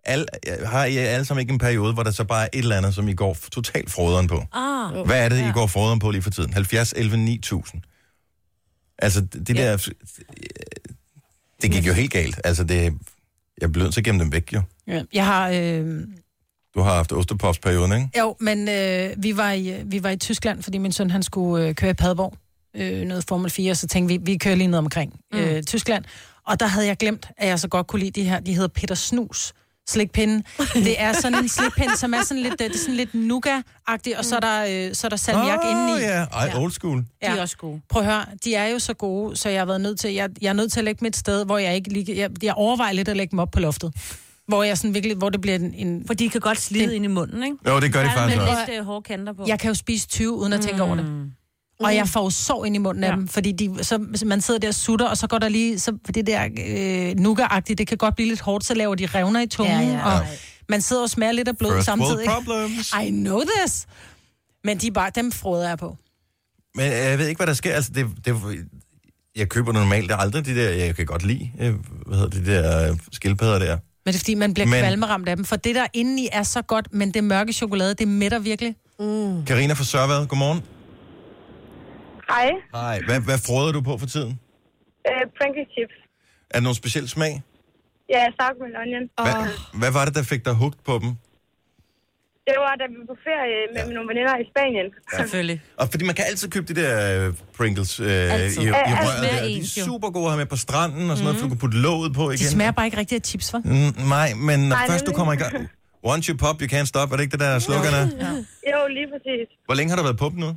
alle, har I alle sammen ikke en periode, hvor der så bare er et eller andet, som I går totalt froderen på? Ah, Hvad er det, I går froderen på lige for tiden? halvfjerds elleve ni tusind. Altså, det Ja. der... Det gik jo helt galt. Altså, det... Jeg blev nødt til at gemme dem væk, jo. Ja. Jeg har... Øh... Du har haft Osterpops-perioden, ikke? Jo, men øh, vi, var i, vi var i Tyskland, fordi min søn han skulle øh, køre i Padborg, øh, noget Formel fire, så tænkte vi, vi kører lige ned omkring mm. øh, Tyskland. Og der havde jeg glemt, at jeg så godt kunne lide de her, de hedder Peter Snus slikpinde. Det er sådan en slikpinde, som er sådan lidt, det er sådan lidt nougat-agtig, og så er der, øh, så er der salmiak oh, indeni. ja, Ej, old school. de Ja. er også gode. Prøv at høre, de er jo så gode, så jeg har været nødt til, jeg, jeg er nødt til at lægge dem et sted, hvor jeg ikke lige, jeg, jeg overvejer lidt at lægge dem op på loftet. Hvor jeg sådan virkelig, hvor det bliver en... en For de kan godt slide Det- ind i munden, ikke? Jo, det gør de Der er faktisk med også. lidt øh, hårde kanter på. jeg kan jo spise tyve, uden at tænke mm. over det. Og jeg får jo sår ind i munden af Ja. dem, fordi de, så, man sidder der og sutter, og så går der lige, så for det der øh, nougat-agtigt, det kan godt blive lidt hårdt, så laver de revner i tungen, Ja, ja. og man sidder og smager lidt af blod First samtidig. world problems. I know this! Men de er bare, dem froder jeg på. Men øh, jeg ved ikke, hvad der sker. Altså, det, det, jeg køber normalt det er aldrig de der... Jeg kan godt lide, øh, hvad hedder de der øh, skildpadder der. Men det er fordi, man bliver Men- kvalmeramt af dem, for det der indeni er så godt, men det mørke chokolade, det mætter virkelig. Karina fra Sørvad, godmorgen. Hej. Hej. Hvad, hvad froder du på for tiden? Uh, Pringles chips. Er der nogen speciel smag? Ja, sour cream and onion. Hvad, hvad var det, der fik dig hooked på dem? Det var, da vi var på ferie med ja. nogle veninder i Spanien. Selvfølgelig. Og fordi man kan altid købe de der øh, Pringles øh, i, i, Altid. i Ja, alt røret smager der. De ens, er jo. super gode at have med på stranden og sådan noget, for du kan putte låget på igen. De smager bare ikke rigtig af chips, hva'? Mm, nej, men når Nej, først du nemlig. kommer i gang... Once you pop, you can't stop. Er det ikke det der slogan er? Jo, lige præcis. Hvor længe har du været på dem nu?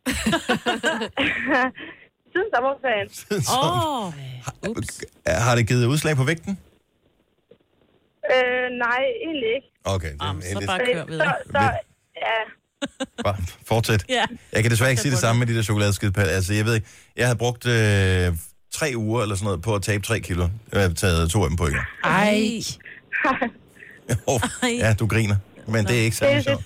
Siden sommerferien. Åh, oh, Har det givet udslag på vægten? Øh, nej, egentlig ikke. Okay, det er så heldigt. bare kør Så, videre. så, ja. Bare fortsæt. Ja. Jeg kan desværre ikke sige det samme med de der chokoladeskidpaller. Altså, jeg ved ikke, jeg havde brugt øh, tre uger eller sådan noget på at tabe tre kilo. Jeg har taget to af dem på igen. Ej. Oh, ja, du griner. Men det er ikke særlig sjovt.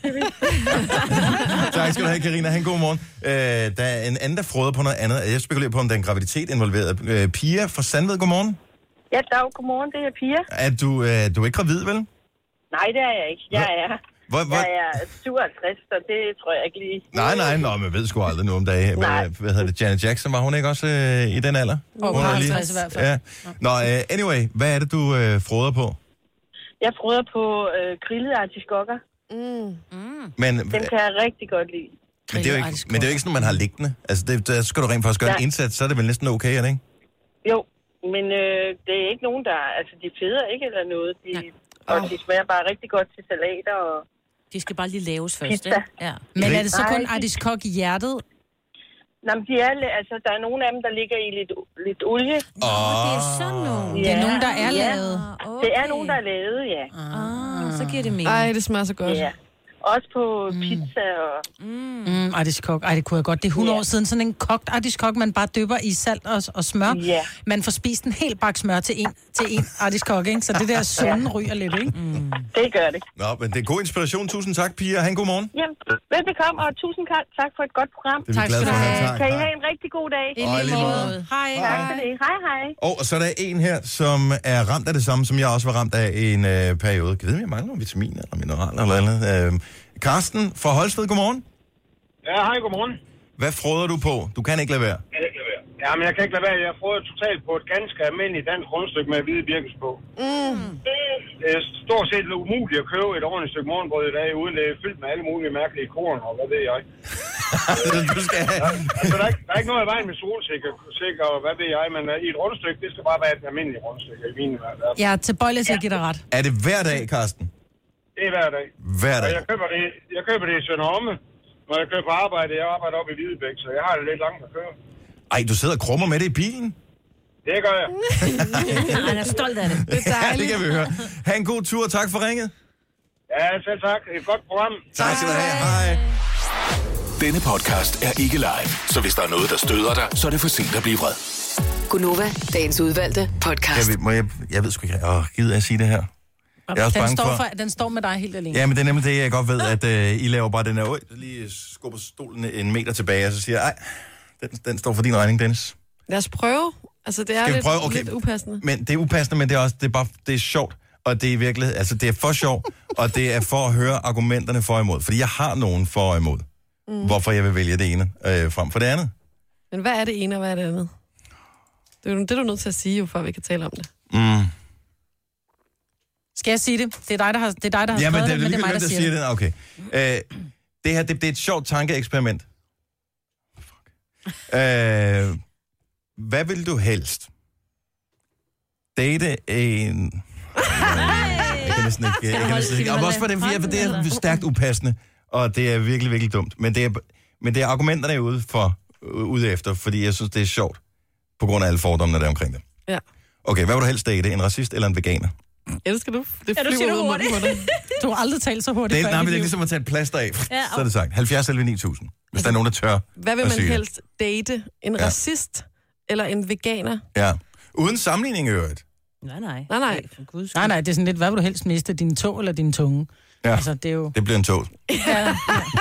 Tak skal du have, Karina. Ha' en god morgen. Øh, der er en anden, der froder på noget andet. Jeg spekulerer på, om der er en graviditet involveret. Øh, Pia fra Sandved, godmorgen. Ja, dag, godmorgen, det er Pia. Er du, øh, du er ikke gravid, vel? Nej, det er jeg ikke. Jeg er, Hvor, hvor... jeg er syvoghalvtreds, så det tror jeg ikke lige. Nej, nej, nå, man ved sgu aldrig nu om dagen. Nej. Hvad, hvad hedder det? Janet Jackson, var hun ikke også øh, i den alder? Og Hun er halvtreds i hvert fald. Ja. Nå, øh, anyway, hvad er det, du øh, froder på? Jeg froder på øh, grillede artiskokker. Men, Dem kan jeg rigtig godt lide. men, det er jo ikke, men det er jo ikke sådan, man har liggende. Altså, det, der skal du rent faktisk gøre Ja. en indsats, så er det vel næsten okay, er det ikke? Jo, men øh, det er ikke nogen, der... Altså, de feder ikke eller noget. De, og de smager bare rigtig godt til salater og... De skal bare lige laves først, Pizza. ikke? Ja. Men er det så kun Nej. artiskok i hjertet? Nå, men de er, li- altså, der er nogle af dem, der ligger i lidt, lidt olie. Åh, det er sådan nogle. Det er nogen, der er Ja. lavet. Okay. Det er nogen, der er lavet, ja. Ah, så giver det mening. Ej, det smager så godt. Ja. Også på pizza og... Mm, artiskok. Ej, det kunne jeg godt. Det er hundrede Ja. år siden. Sådan en kogt artiskok, man bare dypper i salt og, og smør. Ja. Man får spist en hel bakke smør til en, til en artiskok, ikke? Så det der sunde ryger lidt, ikke? Mm. Det gør det. Nå, men det er god inspiration. Tusind tak, Pia. Ha' en god morgen. Jamen, velbekomme, og tusind tak for et godt program. Det er vi glade for at have. Tak. Kan I have en rigtig god dag? I Og i lige lige måde. måde. Hej. Tak for det. Hej, hej. Og, og så er der en her, som er ramt af det samme, som jeg også var ramt af i en øh, periode. Jeg ved, om jeg mangler nogle vitaminer eller mineraler eller andet. Øh, Karsten fra Holsted, godmorgen. Ja, hej, godmorgen. Hvad froder du på? Du kan ikke lade være. Ja, men jeg kan ikke lade være. Jeg har fået totalt på et ganske almindeligt dansk rundstykke med hvide birkes på. Mm. Det er stort set umuligt at købe et ordentligt stykke morgenbrød i dag, uden det er fyldt med alle mulige mærkelige korn, og hvad ved jeg. du skal have... altså, der er, ikke, der er ikke noget i vejen med solsikker, sikker, og hvad ved jeg, men uh, i et rundstykke, det skal bare være et almindeligt rundstykke i mine verden. Jeg er tilbøjelig til at give dig ret. Er det hver dag, Karsten? Det er hver dag. Hver Og dag? jeg køber det, jeg køber det i Sønderomme, når jeg køber på arbejde. Jeg arbejder op i Hvidebæk, så jeg har det lidt langt at køre. Ej, du sidder og krummer med det i bilen? Det gør jeg. Han er stolt af det. Det er Ja, det dejligt. kan vi høre. Ha' en god tur, tak for ringet. Ja, selv tak. Et godt program. Tak skal du have. Hej. Denne podcast er ikke live, så hvis der er noget, der støder dig, så er det for sent at blive vred. Gunova, dagens udvalgte podcast. Jeg ved, må jeg, jeg ved sgu ikke, åh, gider jeg sige det her? Jeg er også Den bange står, for... for, den står med dig helt alene. Ja, men det er nemlig det, jeg godt ved, at øh, I laver bare den her... Øj, lige skubber stolen en meter tilbage, og så siger jeg, ej, den, den står for din regning, Dennis. Lad os prøve. Altså, det er Skal vi lidt, prøve? Okay. lidt upassende. Men det er upassende, men det er også det er bare det er sjovt. og det er virkelig, altså det er for sjov, og det er for at høre argumenterne for og imod. Fordi jeg har nogen for og imod, mm. hvorfor jeg vil vælge det ene øh, frem for det andet. Men hvad er det ene, og hvad er det andet? Det er jo det, du er nødt til at sige, jo, for at vi kan tale om det. Mm. Skal jeg sige det? Det er dig, der har, det er dig, der har ja, skrevet men det, det, men det er mig, der, der siger, siger det. det. Okay. Øh, det her, det, det er et sjovt tankeeksperiment. Fuck. Øh, hvad vil du helst? Date en... Jeg kan næsten ikke... Jeg kan næsten ikke. Og også for det, for det er stærkt upassende, og det er virkelig, virkelig dumt. Men det er, men det er argumenterne, jeg er ude, for, ude efter, fordi jeg synes, det er sjovt, på grund af alle fordommene, der er omkring det. Ja. Okay, hvad vil du helst date? En racist eller en veganer? Elsker du? Det Ja, du siger flyver det ud hurtigt. på dig. Du har aldrig talt så hurtigt Det er, før nej, i men dit det er liv. ligesom at tage et plaster af. Ja, Så er det sagt. halvfjerds eller ni tusind. Hvis der er nogen, der tør Hvad vil at man sige det. helst date? En Ja. racist eller en veganer? Ja. Uden sammenligning i øvrigt. Nej, nej. Nej, nej. For guds Nej, nej, det er sådan lidt, hvad vil du helst miste? Din tog eller din tunge? Ja. Altså, det er jo... Det bliver en tog. Ja,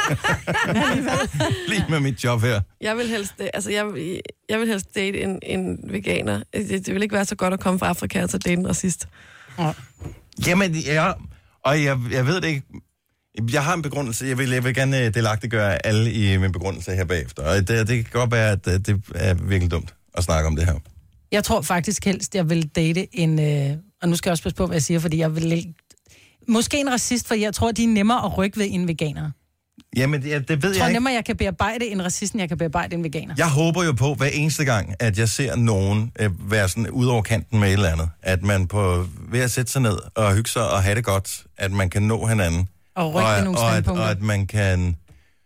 Lige med mit job her. Jeg vil helst, altså jeg, vil- jeg vil helst date en, en veganer. Det, det vil ikke være så godt at komme fra Afrika og så date en racist. Jamen, ja, og jeg, jeg ved det ikke. Jeg har en begrundelse. Jeg vil, jeg vil gerne delagtiggøre alle i min begrundelse her bagefter. Og det, det kan godt være, at det er virkelig dumt at snakke om det her. Jeg tror faktisk helst, jeg vil date en... Øh, og nu skal jeg også passe på, hvad jeg siger, fordi jeg vil... ikke- Måske en racist, for jeg tror, de er nemmere at rykke ved en veganer. Jamen, ja, det ved Jeg tror jeg ikke. nemmere, jeg kan bearbejde en racist, end jeg kan bearbejde en veganer. Jeg håber jo på, hver eneste gang, at jeg ser nogen øh, være sådan ud over kanten med et eller andet, at man på ved at sætte sig ned og hygge sig og have det godt, at man kan nå hinanden. Og rykke ved nogle og, at, standpunkter. og at man kan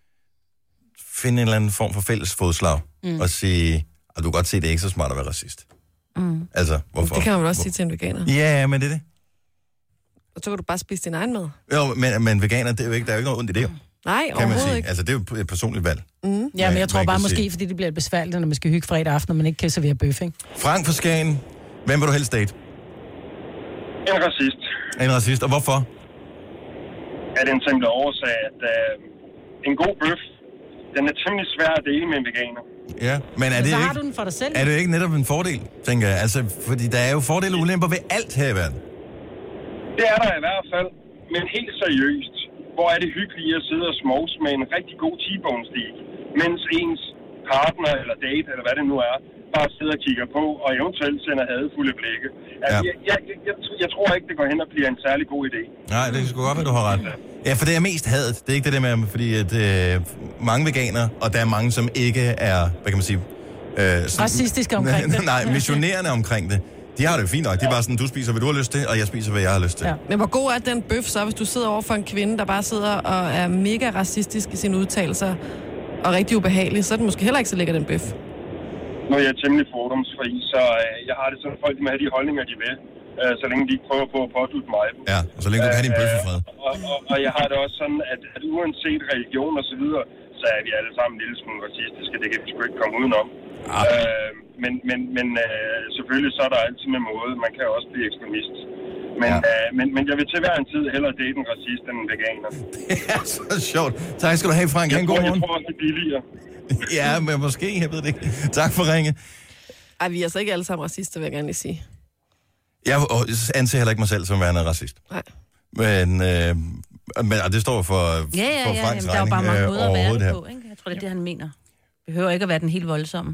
finde en eller anden form for fælles fodslag mm. og sige, at du kan godt se, det er ikke så smart at være racist. Mm. Altså, hvorfor? Det kan man vel også sige til en veganer. Ja, men det er det. Og så kan du bare spise din egen mad. Jo, men, men veganer, det er jo ikke, der er jo ikke noget ondt i det, jo, Nej, kan man overhovedet sige. ikke. Altså, det er jo et personligt valg. Mm. Ja, men man jeg tror kan bare sige. måske, fordi det bliver besværligt, når man skal hygge fredag aften, og man ikke kan servere bøf, ikke? Frank fra Skagen, hvem vil du helst date? En racist. En racist, og hvorfor? Er den simple årsag, at øh, en god bøf, den er temmelig svær at dele med en veganer. Ja, men er Men det så har ikke... du den for dig selv. Er det ikke netop en fordel, tænker jeg? Altså, fordi der er jo fordele og ulemper ved alt her i verden. Det er der i hvert fald, men helt seriøst. Hvor er det hyggeligt at sidde og smogs med en rigtig god T-bone steak, mens ens partner eller date, eller hvad det nu er, bare sidder og kigger på, og eventuelt sender hadefulde blikke. Altså, Ja. jeg, jeg, jeg, jeg, jeg tror ikke, det går hen og bliver en særlig god idé. Nej, det kan sgu godt være, du har ret. Ja, for det er mest hadet. Det er ikke det der med, fordi at, øh, mange veganer, og der er mange, som ikke er, hvad kan man sige... Øh, sådan, Racistiske omkring det. Nej, missionerende omkring det. De har det jo fint nok. De er bare sådan, du spiser, hvad du har lyst til, og jeg spiser, hvad jeg har lyst til. Ja. Men hvor god er den bøf så, hvis du sidder over for en kvinde, der bare sidder og er mega racistisk i sine udtalelser, og rigtig ubehagelig, så er den måske heller ikke så lækker, den bøf. Nu er jeg temmelig fordomsfri, så øh, jeg har det sådan, at folk de må have de holdninger, de vil, øh, så længe de ikke prøver på at pådutte mig. Ja, og så længe du kan have din bøf i fred. Og, og, og jeg har det også sådan, at, at uanset religion og så videre, så er vi alle sammen en lille smule racistiske. Det kan vi sgu ikke komme udenom. Ah. Øh, men men, men øh, selvfølgelig så er der altid med måde. Man kan også blive ekstremist. Men, Ja. øh, men, men jeg vil til hver en tid hellere date en racist end en veganer. Det er så sjovt. Tak skal du have, Frank. Ha' Jeg en tror, god jeg morgen. tror også, det er billigere. Ja, men måske, jeg ved det ikke. Tak for ringe. Ej, vi er altså ikke alle sammen racister, vil jeg gerne lige sige. Jeg anser heller ikke mig selv som værende racist. Nej. Men, øh, men og det står for, Ja, ja, for ja. Franks Jamen, der er jo bare regning, mange øh, måder at være overhovedet det her. på, ikke? Jeg tror, det er det, han mener. Behøver ikke at være den helt voldsomme.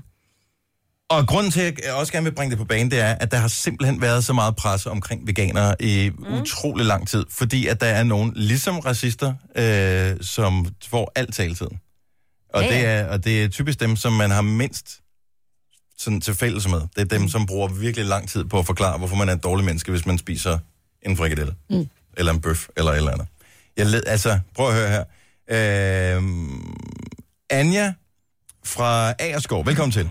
Og grunden til, at jeg også gerne vil bringe det på banen, det er, at der har simpelthen været så meget presse omkring veganere i mm. utrolig lang tid. Fordi at der er nogen, ligesom racister, øh, som får alt taletiden. Og, Ja, ja. det er, og det er typisk dem, som man har mindst sådan til fælles med. Det er dem, som bruger virkelig lang tid på at forklare, hvorfor man er et dårligt menneske, hvis man spiser en frikadelle. Mm. Eller en bøf, eller et eller andet. Jeg led, altså, prøv at høre her. Øh, Anja fra Agerskov, velkommen til.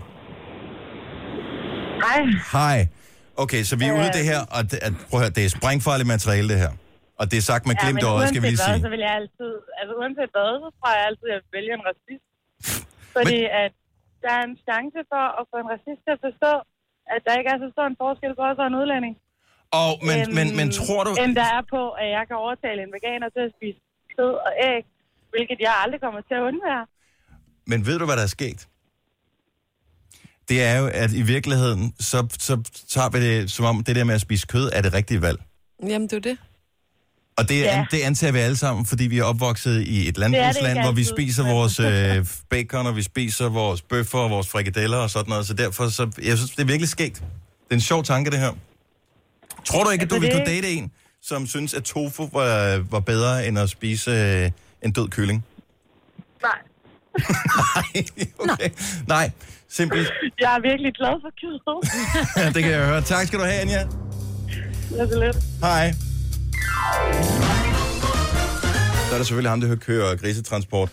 Hej. Hej. Okay, så vi er ude i det her, og det, at, prøv at høre, det er sprængfarligt materiale, det her. Og det er sagt med glimt i øjet, skal vi lige sige. Så vil jeg altid, altså uanset hvad, så tror jeg altid, at jeg vælger en racist. Fordi Men... at der er en chance for at få en racist til at forstå, at der ikke er så stor en forskel på os og en udlænding. Og, men, end, men, men tror du... End der er på, at jeg kan overtale en veganer til at spise kød og æg, hvilket jeg aldrig kommer til at undvære. Men ved du, hvad der er sket? Det er jo, at i virkeligheden, så, så tager vi det, som om det der med at spise kød er det rigtige valg. Jamen, det er det. Og det, Ja. ja. det antager vi alle sammen, fordi vi er opvokset i et landbrugsland, hvor vi altid. spiser vores øh, bacon, og vi spiser vores bøffer og vores frikadeller og sådan noget. Så derfor, så, jeg synes, det er virkelig skægt. Det er en sjov tanke, det her. Tror du ikke, at du Altså, ville det- kunne date en, som synes, at tofu var, var bedre end at spise øh, en død kylling? Nej. Nej, okay. Nej, simpelt. Jeg er virkelig glad for kød. Det kan jeg høre. Tak skal du have, Anja. Det er så lidt. Hej. Så er der selvfølgelig ham, der kører grisetransport.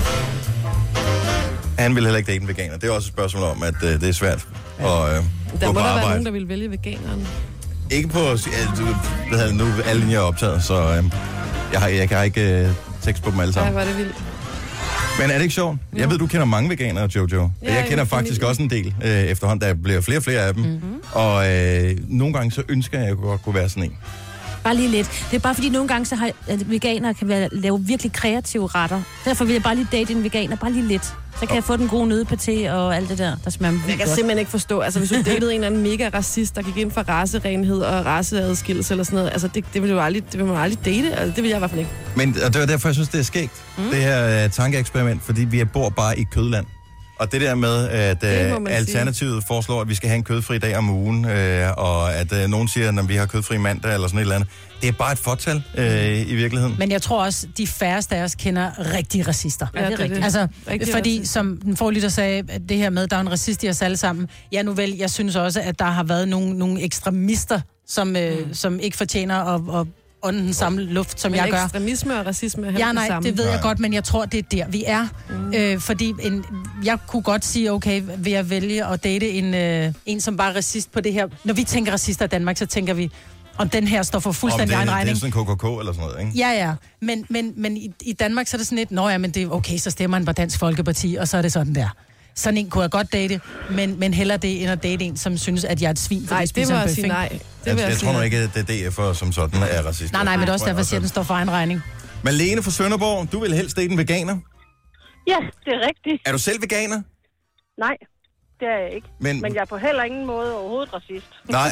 Han vil heller ikke date en veganer. Det er også et spørgsmål om, at øh, det er svært at øh, Der gå må på der være arbejde. nogen, der vil vælge veganeren. Ikke på... Ja, du, hvad hedder det, nu er alle linjer optaget, så øh, jeg, har, jeg kan ikke øh, tekst på dem alle Nej, sammen. hvor er det vildt. Men er det ikke sjovt? Jeg ved, du kender mange veganere, Jojo. Ja, Jeg i kender min faktisk familie. også en del øh, efterhånden. Der bliver flere og flere af dem. Mm-hmm. Og øh, nogle gange så ønsker jeg, at jeg godt kunne være sådan en. Bare lige lidt. Det er bare fordi, nogle gange så har at veganere kan være, lave virkelig kreative retter. Derfor vil jeg bare lige date en veganer, bare lige lidt. Så kan jeg få den gode nøddepaté og alt det der, der smager Jeg vildt kan godt. simpelthen ikke forstå, altså hvis du datede en eller anden mega racist, der gik ind for racerenhed og raceadskillelse eller sådan noget, altså det, det vil du aldrig, det vil man aldrig date, altså det vil jeg i hvert fald ikke. Men og det var derfor, jeg synes, det er skægt. Mm. Det her uh, tankeeksperiment, fordi vi bor bare i kødland. Og det der med, at må uh, man Alternativet sige. foreslår, at vi skal have en kødfri dag om ugen, uh, og at uh, nogen siger, at vi har kødfri mandag eller sådan et eller andet. Det er bare et fortal uh, i virkeligheden. Men jeg tror også, de færreste af os kender rigtige racister. Ja, det er rigtigt. Altså, Rigtig fordi racist. som den forlytter sagde, at det her med, at der er en racist i os alle sammen. Ja, nu vel, jeg synes også, at der har været nogle, nogle ekstremister, som, øh, Mm. som ikke fortjener at, at ånde den samme luft, som Men jeg gør. ekstremisme og racisme er heller Ja, ikke nej, det samme. det ved jeg Nej. godt, men jeg tror, det er der, vi er. Mm. Øh, fordi en, jeg kunne godt sige, okay, vil jeg vælge at date en, øh, en, som bare er racist på det her. Når vi tænker racister i Danmark, så tænker vi, om den her står for Om fuldstændig det, egen det er regning. sådan en K K K eller sådan noget, ikke? Ja, ja. Men, men, men i, i Danmark, så er det sådan lidt, nå ja, men det er okay, så stemmer han på Dansk Folkeparti, og så er det sådan der. Sådan en kunne jeg godt date, men, men hellere det, end at date en, som synes, at jeg er et svin, fordi Nej, jeg det spiser vil en jeg bøf, sige ikke? nej. Det Jeg, vil jeg, jeg sige tror nu nej. ikke, at det er D F'er som sådan er racist. Nej, nej, men det er også derfor, jeg siger, at den står for egen regning. Malene fra Sønderborg, du vil helst date en veganer. Ja, det er rigtigt. Er du selv veganer? Nej, det er jeg ikke. Men- Men jeg er på heller ingen måde overhovedet racist. Nej.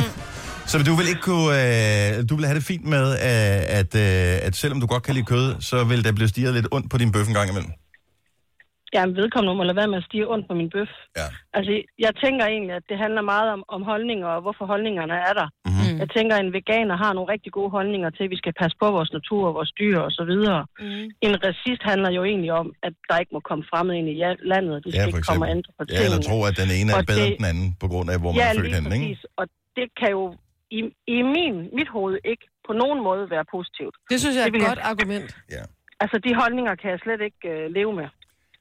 Så du vil ikke kunne, øh, du vil have det fint med, øh, at, øh, at selvom du godt kan lide kød, så vil der blive stiget lidt ondt på din bøf en gang imellem? Jeg er vedkommende om at lade være med at stige ondt på min bøf. Ja. Altså, jeg tænker egentlig, at det handler meget om, om holdninger, og hvorfor holdningerne er der. Mm-hmm. Jeg tænker, at en veganer har nogle rigtig gode holdninger til, at vi skal passe på vores natur og vores dyr og så videre. Mm. En racist handler jo egentlig om, at der ikke må komme fremmed ind i ja- landet, og de skal Ja, for ikke komme og eksempel. ændre på Ja, eller tingene. tro, at den ene er Og bedre det- end den anden, på grund af, hvor man Ja, er født lige henne, ikke? præcis. Og det kan jo i, i min, mit hoved ikke på nogen måde være positivt. Det synes jeg er Det vil et jeg- godt argument. Ja. Altså, de holdninger kan jeg slet ikke øh, leve med.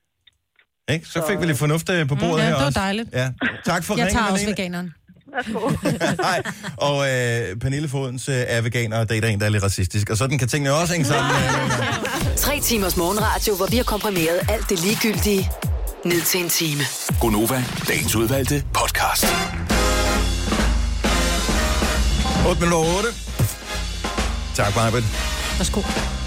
Ikke? Så fik vi lidt fornuft øh, på bordet Ja, her det var også. dejligt. Ja. Tak for Jeg ringen, tager også Malene. veganeren. Værsgo. Hej. Og øh, Pernille Fodens øh, er veganer og dater en, der er lidt racistisk. Og sådan kan tingene også hænge sammen. Tre timers morgenradio, hvor vi har komprimeret alt det ligegyldige ned til en time. Gonova, dagens udvalgte podcast. otte minutter over otte. Tak, Marbet. Værsgo.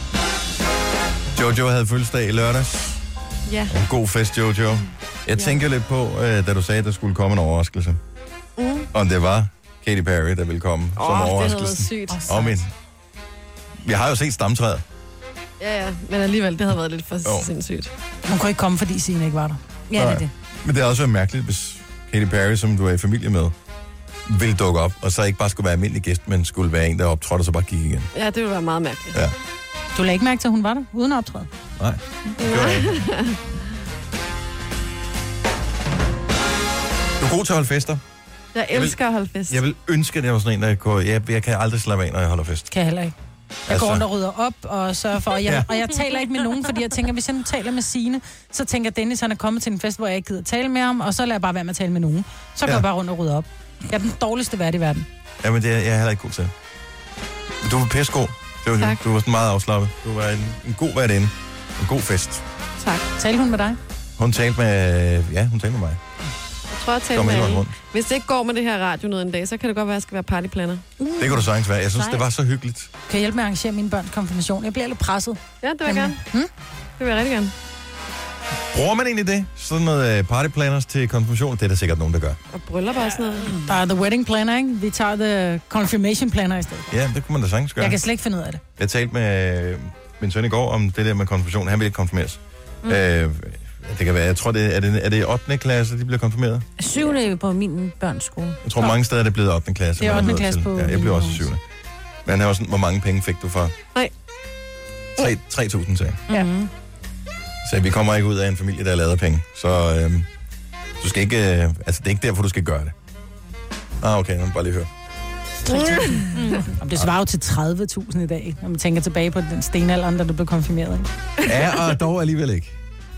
Jojo havde fødselsdag i lørdags. Ja. En god fest, Jojo. Jeg tænker lidt på, øh, da du sagde, at der skulle komme en overraskelse. Mm. Om det var Katy Perry, der ville komme Åh, som det havde overraskelse. været sygt. Og min. Vi har jo set stamtræet. Ja, ja, men alligevel, det havde været lidt for Jo. sindssygt. Hun kunne ikke komme, fordi Signe ikke var der. Ja, det er Nej. det. Men det er også været mærkeligt, hvis Katy Perry, som du er i familie med, ville dukke op, og så ikke bare skulle være almindelig gæst, men skulle være en, der optrådte og så bare gik igen. Ja, det ville være meget mærkeligt. Ja. Du lagde ikke mærke til, at hun var der, uden at optræde. Nej. Det gjorde jeg ikke. Du er god til at holde fester. Jeg elsker at holde fest. Jeg vil ønske, at jeg var sådan en, der kunne... Jeg, jeg kan aldrig slappe af, når jeg holder fest. Kan jeg heller ikke. Jeg Altså- går rundt og rydder op og sørger for, og jeg, Ja. og jeg taler ikke med nogen, fordi jeg tænker, hvis jeg nu taler med Signe, så tænker Dennis, han er kommet til en fest, hvor jeg ikke gider tale med ham, og så lader jeg bare være med at tale med nogen. Så går Ja. jeg bare rundt og rydder op. Jeg er den dårligste vært i verden. Jamen, det er jeg er heller ikke god til. Men du var pæsko. Det var, Tak. du var sådan meget afslappet. Du var en, en god værtinde. En god fest. Tak. Talte hun med dig? Hun talte med... Ja, hun talte med mig. Jeg tror, at tale Kom med hele vejen alle. rundt. Hvis det ikke går med det her radio noget en dag, så kan det godt være, at jeg skal være partyplaner. Det kunne du sagtens være. Jeg synes, Nej. det var så hyggeligt. Kan jeg hjælpe med at arrangere min børns konfirmation? Jeg bliver lidt presset. Ja, det vil jeg gerne. Hmm? Det vil jeg rigtig gerne. Bruger man egentlig det? Sådan noget partyplanners til konfirmation? Det er der sikkert nogen, der gør. Og bryllup og sådan noget. Der er the wedding planner, ikke? Vi tager the confirmation planner i stedet. Ja, det kunne man da sagtens gøre. Jeg kan slet ikke finde ud af det. Jeg talte med min søn i går om det der med konfirmation. Han vil ikke konfirmeres. Mm. Øh, det kan være, jeg tror, det er, det, er det ottende klasse, de bliver konfirmeret? syvende på min børns skole. Jeg tror, mange steder er det blevet ottende klasse. Det er ottende klasse på... Ja, jeg blev også syvende. Men han var sådan, hvor mange penge fik du for? Nej. tre tusind, sagde Ja. Mm-hmm. Så vi kommer ikke ud af en familie, der er lavet af penge. Så øhm, du skal ikke... Øh, altså, det er ikke derfor, du skal gøre det. Ah, okay, nu må bare lige høre. Mm. Det svarer jo til tredive tusind i dag, når man tænker tilbage på den stenalderen, da du blev konfirmeret. Ikke? Ja, og dog alligevel ikke.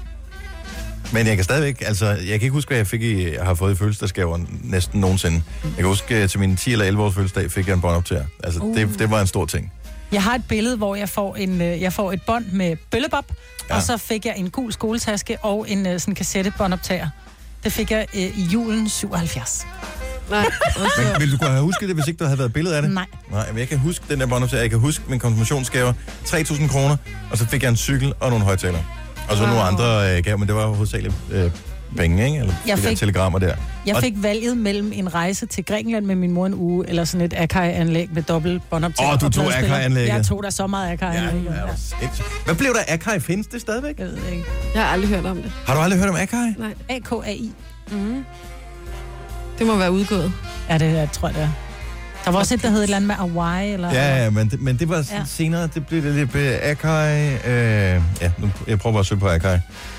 Men jeg kan stadigvæk... Altså, jeg kan ikke huske, hvad jeg fik i... Jeg har fået i fødselsdagsgaver næsten nogensinde. Jeg kan huske, til min ti eller elleve års fødselsdag fik jeg en båndoptager. Altså, uh. det, det var en stor ting. Jeg har et billede, hvor jeg får, en, jeg får et bånd med bøllebop, ja. Og så fik jeg en gul skoletaske og en sådan kassettebåndoptager. Det fik jeg øh, i julen syvoghalvfjerds. Nej. Men ville du kunne have husket det, hvis ikke der havde været billede af det? Nej. Nej, men jeg kan huske den der båndoptager. Jeg kan huske min konfirmationsgave. tre tusind kroner, og så fik jeg en cykel og nogle højtalere. Og så wow. nogle andre øh, gaver, men det var hovedsageligt øh, penge, ikke? Eller jeg fik, telegrammer der. Jeg og fik valget mellem en rejse til Grækenland med min mor en uge, eller sådan et Akai-anlæg med dobbelt båndoptager. Åh, oh, du tog Akai-anlægget. Jeg tog der så meget Akai-anlæg. Ja, ja. Hvad blev der af Akai? Findes det stadigvæk? Jeg ved ikke. Jeg har aldrig hørt om det. Har du aldrig hørt om Akai? Nej. A K A I. Mm. Det må være udgået. Ja, det jeg tror jeg, det er. Der var også et, der hed et eller andet med Hawaii, eller... Ja, ja, men det, men det var ja. senere, det blev det lidt på Akai. Øh, ja, nu, jeg prøver bare at søge på Akai.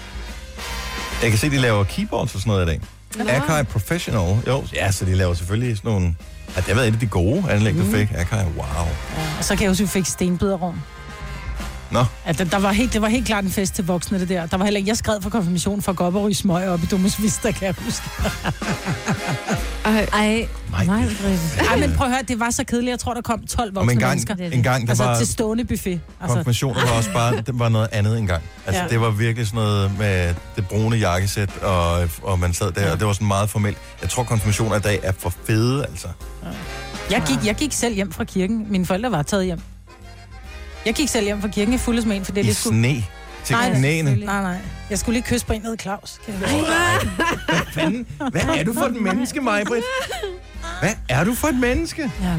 Jeg kan se, de laver keyboards og sådan noget i dag. Ja. Akai Professional. Jo, ja, så de laver selvfølgelig sådan nogle... Ja, det har været et af de gode anlæg, du fik. Akai, wow. Ja, og så kan jeg også, at vi fik stenbiderrum. Nå. Ja, der, der var helt, det var helt klart en fest til voksne, det der. Der var heller ikke... Jeg skred for konfirmation for at gå op og ryge smøg op i Domus Vista, kan jeg huske. Ej, ej, nej, Ej, men prøv at høre, det var så kedeligt. Jeg tror, der kom tolv voksne en gang, mennesker. En gang, der altså var... til stående buffet. Altså. Konfirmationer var også bare... Det var noget andet engang. Altså, ja. Det var virkelig sådan noget med det brune jakkesæt, og, og man sad der, ja. Og det var sådan meget formelt. Jeg tror, konfirmationer i dag er for fede, altså. Ja. Jeg gik, jeg gik selv hjem fra kirken. Mine forældre var taget hjem. Jeg gik selv hjem fra kirken i fulde smen, for det, I det skulle... sne? Til nej, knæene? Nej, nej. Jeg skulle lige kysse på en, der hed Claus. Kan jeg Hvad fanden? Hvad er du for et menneske, Maj-Brit? Hvad er du for et menneske? Ja.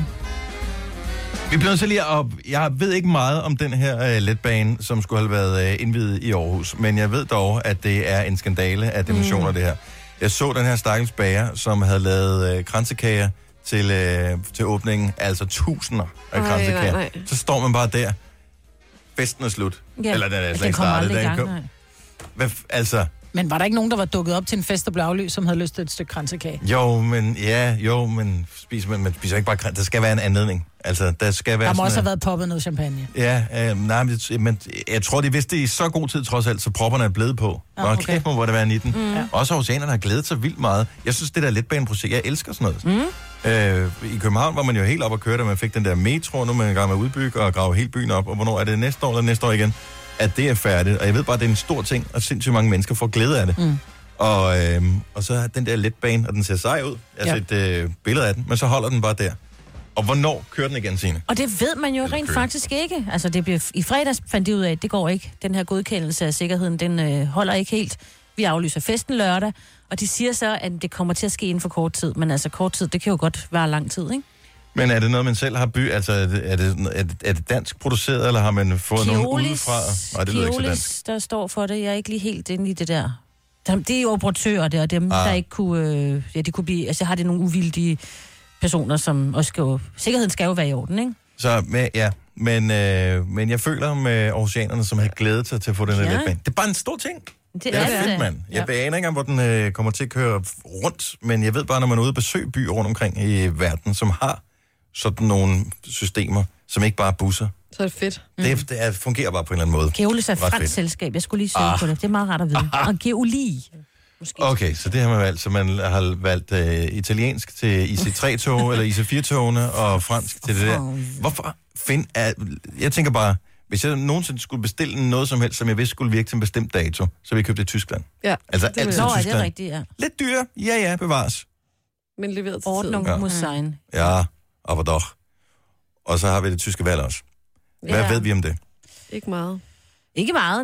Vi bliver så lige op. Jeg ved ikke meget om den her uh, letbane, som skulle have været uh, indviet i Aarhus, men jeg ved dog, at det er en skandale af dimensioner, mm. det her. Jeg så den her stakkels bager, som havde lavet uh, kransekager til, uh, til åbningen, altså tusinder af Ej, kransekager. nej, nej. Så står man bare der. Festen er slut. Ja. Eller den er slet det ikke kommer startet. aldrig i Den gang, kom... Hvad, f- altså... Men var der ikke nogen, der var dukket op til en fest, der blev aflyst, som havde lyst til et stykke kransekage? Jo, men ja, jo, men spiser man, man spiser ikke bare krans. Der skal være en anledning. Altså, der skal være der må sådan, også have været poppet noget champagne. Ja, øh, nej, men, men jeg tror, de vidste det i så god tid trods alt, så propperne er blevet på. Nå, okay. Kæft må, hvor det være nitten. Mm. Ja. Også oceanerne har glædet sig vildt meget. Jeg synes, det der letbaneprojekt, jeg elsker sådan noget. Mm. Øh, I København var man jo helt op at køre, da man fik den der metro, nu er man i gang med at udbygge og grave hele byen op. Og hvornår er det næste år eller næste år igen, at det er færdigt. Og jeg ved bare, det er en stor ting, og sindssygt mange mennesker får glæde af det. Mm. Og, øh, og så er den der letbane, og den ser sej ud. Jeg har ja. set øh, billeder af den, men så holder den bare der. Og hvornår kører den igen, Signe? Og det ved man jo rent faktisk ikke. Altså, det bliver, i fredags fandt de ud af, at det går ikke. Den her godkendelse af sikkerheden, den øh, holder ikke helt. Vi aflyser festen lørdag, og de siger så, at det kommer til at ske inden for kort tid. Men altså, kort tid, det kan jo godt være lang tid, ikke? Men er det noget, man selv har by? Altså, er det, er det, er det, er det dansk produceret, eller har man fået Keolis, nogen udefra? Nej, det lyder ikke så dansk. Der står for det. Jeg er ikke lige helt inde i det der. Det er jo operatører der, og dem, ah. der ikke kunne... Øh, ja, de kunne blive... Altså, har det nogle uvildige personer, som også skal... Sikkerheden skal jo være i orden, ikke? Så, med, ja. Men, øh, men jeg føler med oceanerne, som har glædet sig til at få den her ja. letbane. Det er bare en stor ting. Det, det er, er fedt, mand. Jeg ja. aner ikke engang, hvor den øh, kommer til at køre rundt, men jeg ved bare, når man er ude og besøge byer rundt omkring i verden, som har sådan nogle systemer, som ikke bare er busser. Så er det fedt. Mm. Det, det er, fungerer bare på en eller anden måde. Keolis er et fransk selskab. Jeg skulle lige søge ah. på det. Det er meget rart at vide. Og Keoli. Måske. Okay, så det har man valgt. Så man har valgt uh, italiensk til I C tre-tog, eller I C fire-togene, og fransk til det der. Hvorfor find... Uh, jeg tænker bare, hvis jeg nogensinde skulle bestille noget som helst, som jeg vidste skulle virke til en bestemt dato, så ville jeg købe det i Tyskland. Ja. Altså det altid Nå, Tyskland. er det rigtigt, ja. Lidt dyre. Ja, ja, bevares. Men leveret til Ordnung tiden. muss sein. Ja, aber doch. Og så har vi det tyske valg også. Hvad ja. ved vi om det? Ikke meget. Ikke meget, nej.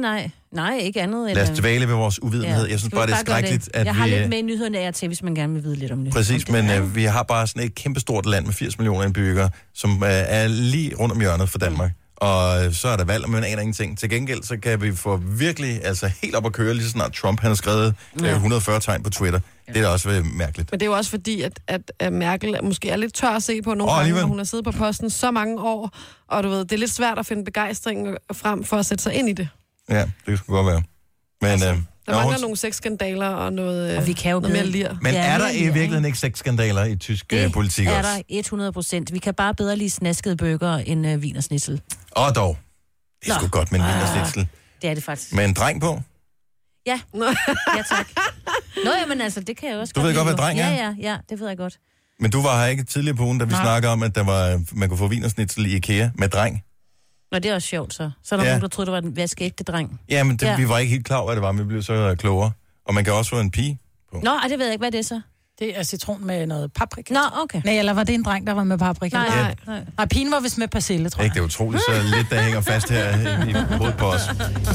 Nej, ikke andet. Lad os Eller... dvæle ved vores uvidenhed. Ja. Jeg synes bare, det er skrækkeligt, det. at jeg vi... har lidt med i nyhederne af til, hvis man gerne vil vide lidt om det. Præcis, om det. men øh, vi har bare sådan et kæmpestort land med firs millioner indbyggere, som øh, er lige rundt om hjørnet for Danmark. Mm. Og øh, så er der valg, og man aner ingenting. Til gengæld, så kan vi få virkelig, altså helt op at køre, lige så snart Trump, han har skrevet øh, et hundrede og fyrre tegn på Twitter. Ja. Det er da også øh, mærkeligt. Men det er jo også fordi, at, at, at Merkel måske er lidt tør at se på nogle oh, gange, når hun har siddet på posten så mange år, og du ved, det er lidt svært at finde begejstring frem for at sætte sig ind i det. Ja, det skulle godt være. Men, altså, øh, der mangler hun... nogle sexskandaler og noget, og vi kan jo noget mere lir. Men ja, er der ja, i virkeligheden ikke sexskandaler i tysk det politik også? Det er der hundrede procent. Vi kan bare bedre lide snaskede burger end uh, vinersnitzel. Og dog. Det er sgu godt med en vinersnitzel. Det er det faktisk. Med en dreng på? Ja. Ja, tak. Nå, ja, men altså, det kan jeg også Du ved godt, hvad dreng er? Ja, ja, ja, det ved jeg godt. Men du var her ikke tidligere på ugen, da vi Nej. snakkede om, at der var, man kunne få vinersnitzel i IKEA med dreng. Nå, det er også sjovt, så. Så er der ja. nogen, der troede, det var en vaskeægte dreng. Ja, men det, ja. vi var ikke helt klar over, hvad det var, men vi blev så klogere. Og man kan også få en pige på. Nå, ej, det ved jeg ikke. Hvad er det så? Det er citron med noget paprika. Nå, okay. Nej, eller var det en dreng, der var med paprika? Nej, ja. nej, nej. Nej, pigen var vist med persille, tror jeg. Ikke, det er utroligt så lidt, der hænger fast her i, i hovedet på os.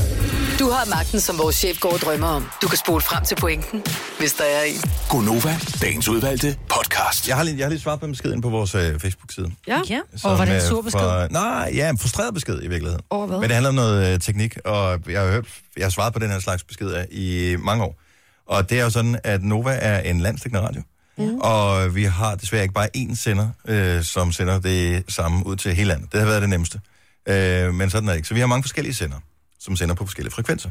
Du har magten, som vores chef går og drømmer om. Du kan spole frem til pointen, hvis der er en. Gonova, dagens udvalgte podcast. Jeg har lige, jeg har lige svaret på en besked ind på vores øh, Facebook-side. Ja? ja. Og var det en sur øh, besked? For, nej, ja, en frustreret besked i virkeligheden. Over hvad? Men det handler om noget øh, teknik, og jeg har hørt, jeg har svaret på den her slags beskeder i mange år. Og det er jo sådan, at Nova er en landsdækkende radio. Mm. Og vi har desværre ikke bare én sender, øh, som sender det samme ud til hele landet. Det har været det nemmeste. Øh, men sådan er det ikke. Så vi har mange forskellige sender, som sender på forskellige frekvenser.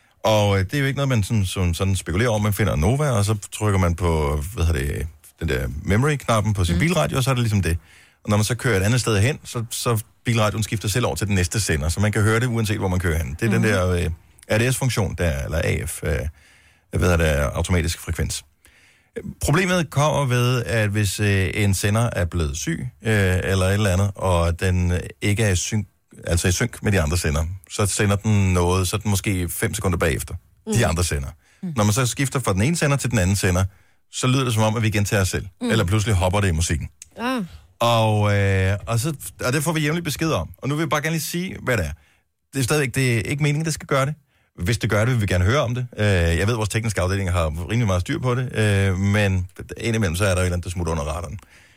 Og øh, det er jo ikke noget, man sådan, sådan, sådan spekulerer over. Man finder Nova, og så trykker man på hvad hedder det, den der memory-knappen på sin mm. bilradio, og så er det ligesom det. Og når man så kører et andet sted hen, så, så bilradioen skifter selv over til den næste sender, så man kan høre det, uanset hvor man kører hen. Det er mm. den der øh, R D S-funktion, der, eller A F, øh, hvad hedder det, automatisk frekvens. Problemet kommer ved, at hvis øh, en sender er blevet syg, øh, eller et eller andet, og den ikke er i synk, altså i synk med de andre sender, så sender den noget, så er den måske fem sekunder bagefter mm. de andre sender. Mm. Når man så skifter fra den ene sender til den anden sender, så lyder det som om, at vi gentager os selv. Mm. Eller pludselig hopper det i musikken. Ah. Og, øh, og, så, og det får vi jævnligt besked om. Og nu vil jeg bare gerne lige sige, hvad det er. Det er stadigvæk det er ikke meningen, det skal gøre det. Hvis det gør det, vil vi gerne høre om det. Jeg ved, at vores tekniske afdeling har rimelig meget styr på det, men indimellem så er der et eller andet, der smutter under radaren.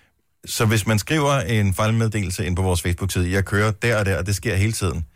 Så hvis man skriver en fejlmeddelelse ind på vores Facebook-side, jeg kører der og der, og det sker hele tiden,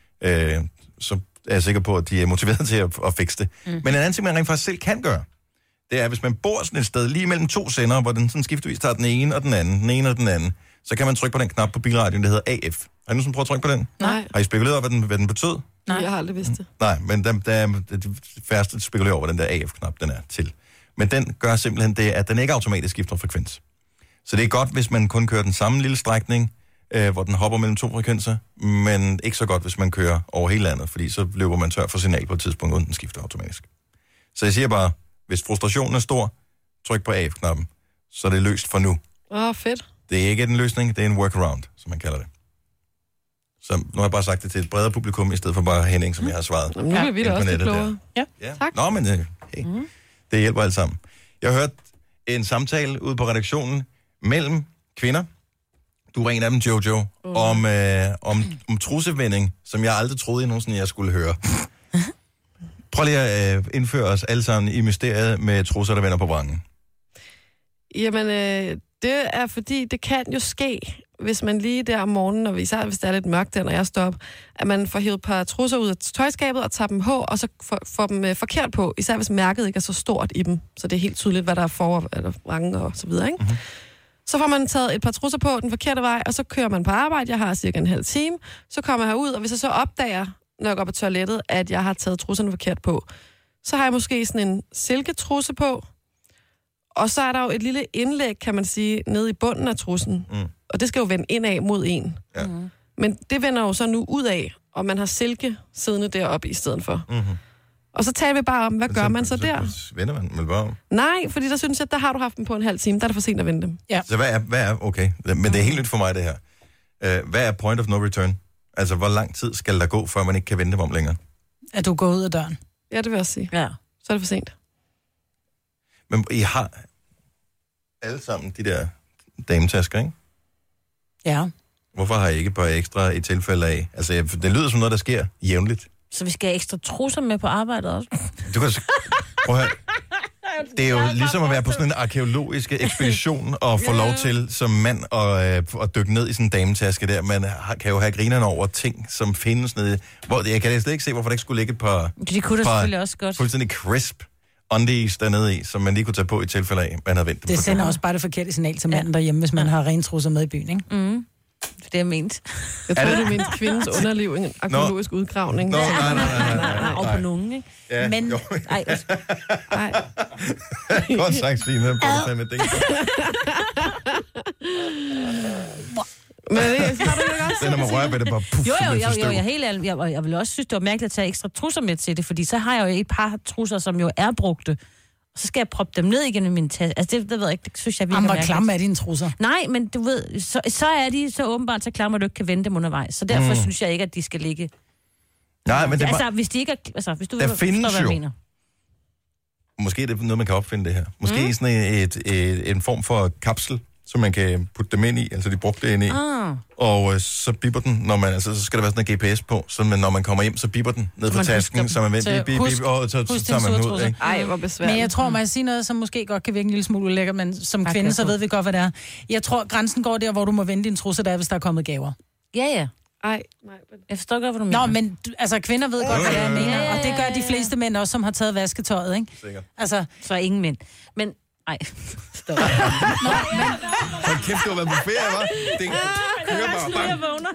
så er jeg sikker på, at de er motiveret til at, at fikse det. Mm. Men en anden ting, man rent faktisk selv kan gøre, det er, hvis man bor sådan et sted lige mellem to sender, hvor den sådan skiftevis tager den ene og den anden, den ene og den anden, så kan man trykke på den knap på bilradioen, der hedder A F. Har I nu sådan prøvet at trykke på den? Nej. Har I spekuleret over, hvad den, hvad den betød? Nej. Jeg har aldrig vidst det. Nej, men der, der, de færreste spekulerer over, hvad den der A F-knap den er til. Men den gør simpelthen det, at den ikke automatisk skifter frekvens. Så det er godt, hvis man kun kører den samme lille strækning, øh, hvor den hopper mellem to frekvenser, men ikke så godt, hvis man kører over hele landet, fordi så løber man tør for signal på et tidspunkt, uden den skifter automatisk. Så jeg siger bare, hvis frustrationen er stor, tryk på A F-knappen, så er det løst for nu. Åh, oh, fedt. Det er ikke en løsning, det er en workaround, som man kalder det. Så nu har jeg bare sagt det til et bredere publikum, i stedet for bare Henning, som jeg har svaret. Jamen, nu er vi da også lidt klogere. Ja. Ja. Tak. Nå, men hey, mm. det hjælper alt sammen. Jeg har hørt en samtale ude på redaktionen mellem kvinder. Du er en af dem, Jojo, mm. om, øh, om, om trussevending, som jeg aldrig troede, jeg nogensinde jeg skulle høre. Prøv lige at øh, indføre os alle sammen i mysteriet med trusser, der vender på vrangen. Jamen, øh, det er fordi, det kan jo ske, hvis man lige der om morgenen, og især hvis det er lidt mørkt der, når jeg står op, at man får hævet et par trusser ud af tøjskabet og tager dem på, og så får, får dem øh, forkert på, især hvis mærket ikke er så stort i dem, så det er helt tydeligt, hvad der er for, eller vrangen og så videre, ikke? Mm-hmm. Så får man taget et par trusser på den forkerte vej, og så kører man på arbejde. Jeg har cirka en halv time. Så kommer jeg herud, og hvis jeg så opdager, når jeg går på toilettet, at jeg har taget trusserne forkert på, så har jeg måske sådan en silketrusse på, og så er der jo et lille indlæg, kan man sige, nede i bunden af trussen. Mm. Og det skal jo vende indad mod en. Ja. Mm. Men det vender jo så nu ud af, og man har silke siddende deroppe i stedet for. Mm-hmm. Og så taler vi bare om, hvad Men gør så, man så, så der? Så vender man vel bare om. Nej, fordi der synes jeg, der har du haft dem på en halv time. Der er det for sent at vende dem. Ja. Så hvad er, hvad er, okay, men det er helt nyt for mig det her. Uh, hvad er point of no return? Altså, hvor lang tid skal der gå, før man ikke kan vende dem om længere? At du går ud af døren. Ja, det vil jeg sige. Ja. Så er det for sent. Men I har alle sammen de der dametasker, ikke? Ja. Hvorfor har I ikke et par ekstra i tilfælde af? Altså, det lyder som noget, der sker jævnligt. Så vi skal have ekstra trusser med på arbejdet også. Du kan... Prøv at høre. Det er jo ligesom at være på sådan en arkeologisk ekspedition og få lov til som mand at, øh, at dykke ned i sådan en dametaske der. Man har, kan jo have grinerne over ting, som findes nede. Hvor, jeg kan slet ikke se, hvorfor det ikke skulle ligge et par... Det kunne da selvfølgelig også godt. Fuldstændig crisp undies dernede i, som man lige kunne tage på i tilfælde af, man havde ventet. Det sender også bare det forkerte signal til manden derhjemme, hvis man har rene trusser med i byen, ikke? Mm. Det er jeg ment. Jeg tror, du mente kvindens underliv, en arkeologisk udgravning. Nå, nej, nej, nej, nej, nej. Og på nogen, ikke? Ja, men... Ej, ej. Godt sagt, Stine. På det fandme ding. Men det har du jo også. Det, når man rører ved det bare puff, jo, jo, så jo, bliver det jo, til jeg, helt ærlig, jeg, jeg vil også synes, det var mærkeligt at tage ekstra trusser med til det, fordi så har jeg jo et par trusser, som jo er brugte. Og så skal jeg proppe dem ned igen i min taske. Altså, det, det ved jeg ikke, det synes jeg virkelig mærkeligt. mærkeligt. Hvor klamme er dine trusser? Nej, men du ved, så, så er de så åbenbart så klamme, at du ikke kan vende dem undervejs. Så derfor mm. synes jeg ikke, at de skal ligge... Nej, men det er altså, bare... hvis de ikke er... Altså, hvis du der ved, findes forstår, hvad jeg jo... mener. Måske er det noget, man kan opfinde det her. Måske Mm. sådan et, et, et, en form for kapsel, som man kan putte dem ind i, altså de brugte det ind i. Ah. Og øh, så bipper den, når man, altså så skal der være sådan en G P S på, så man, når man kommer hjem, så bipper den ned på tasken, så man venter, bip, bip, bip, og så, så tager man den ud, ikke? Ej, hvor besværligt. Men jeg tror, man siger noget, som måske godt kan virke en lille smule ulækkert, men som Tak, kvinde, så jeg ved vi godt, hvad det er. Jeg tror, grænsen går der, hvor du må vende din trusser, der er, hvis der er kommet gaver. Ja, ja. Ej, nej. Jeg forstår godt, hvad du mener. Nå, men du- altså, kvinder ved godt, hvad det er, jeg mener. Og det gør de fleste mænd også, som har taget vasketøjet, ikke? Sikkert. Altså, så er ingen mænd. Men, ej, stop. Så kæft, du har været på ferie, hva'? Det kører bare. Jeg Bang. vågner.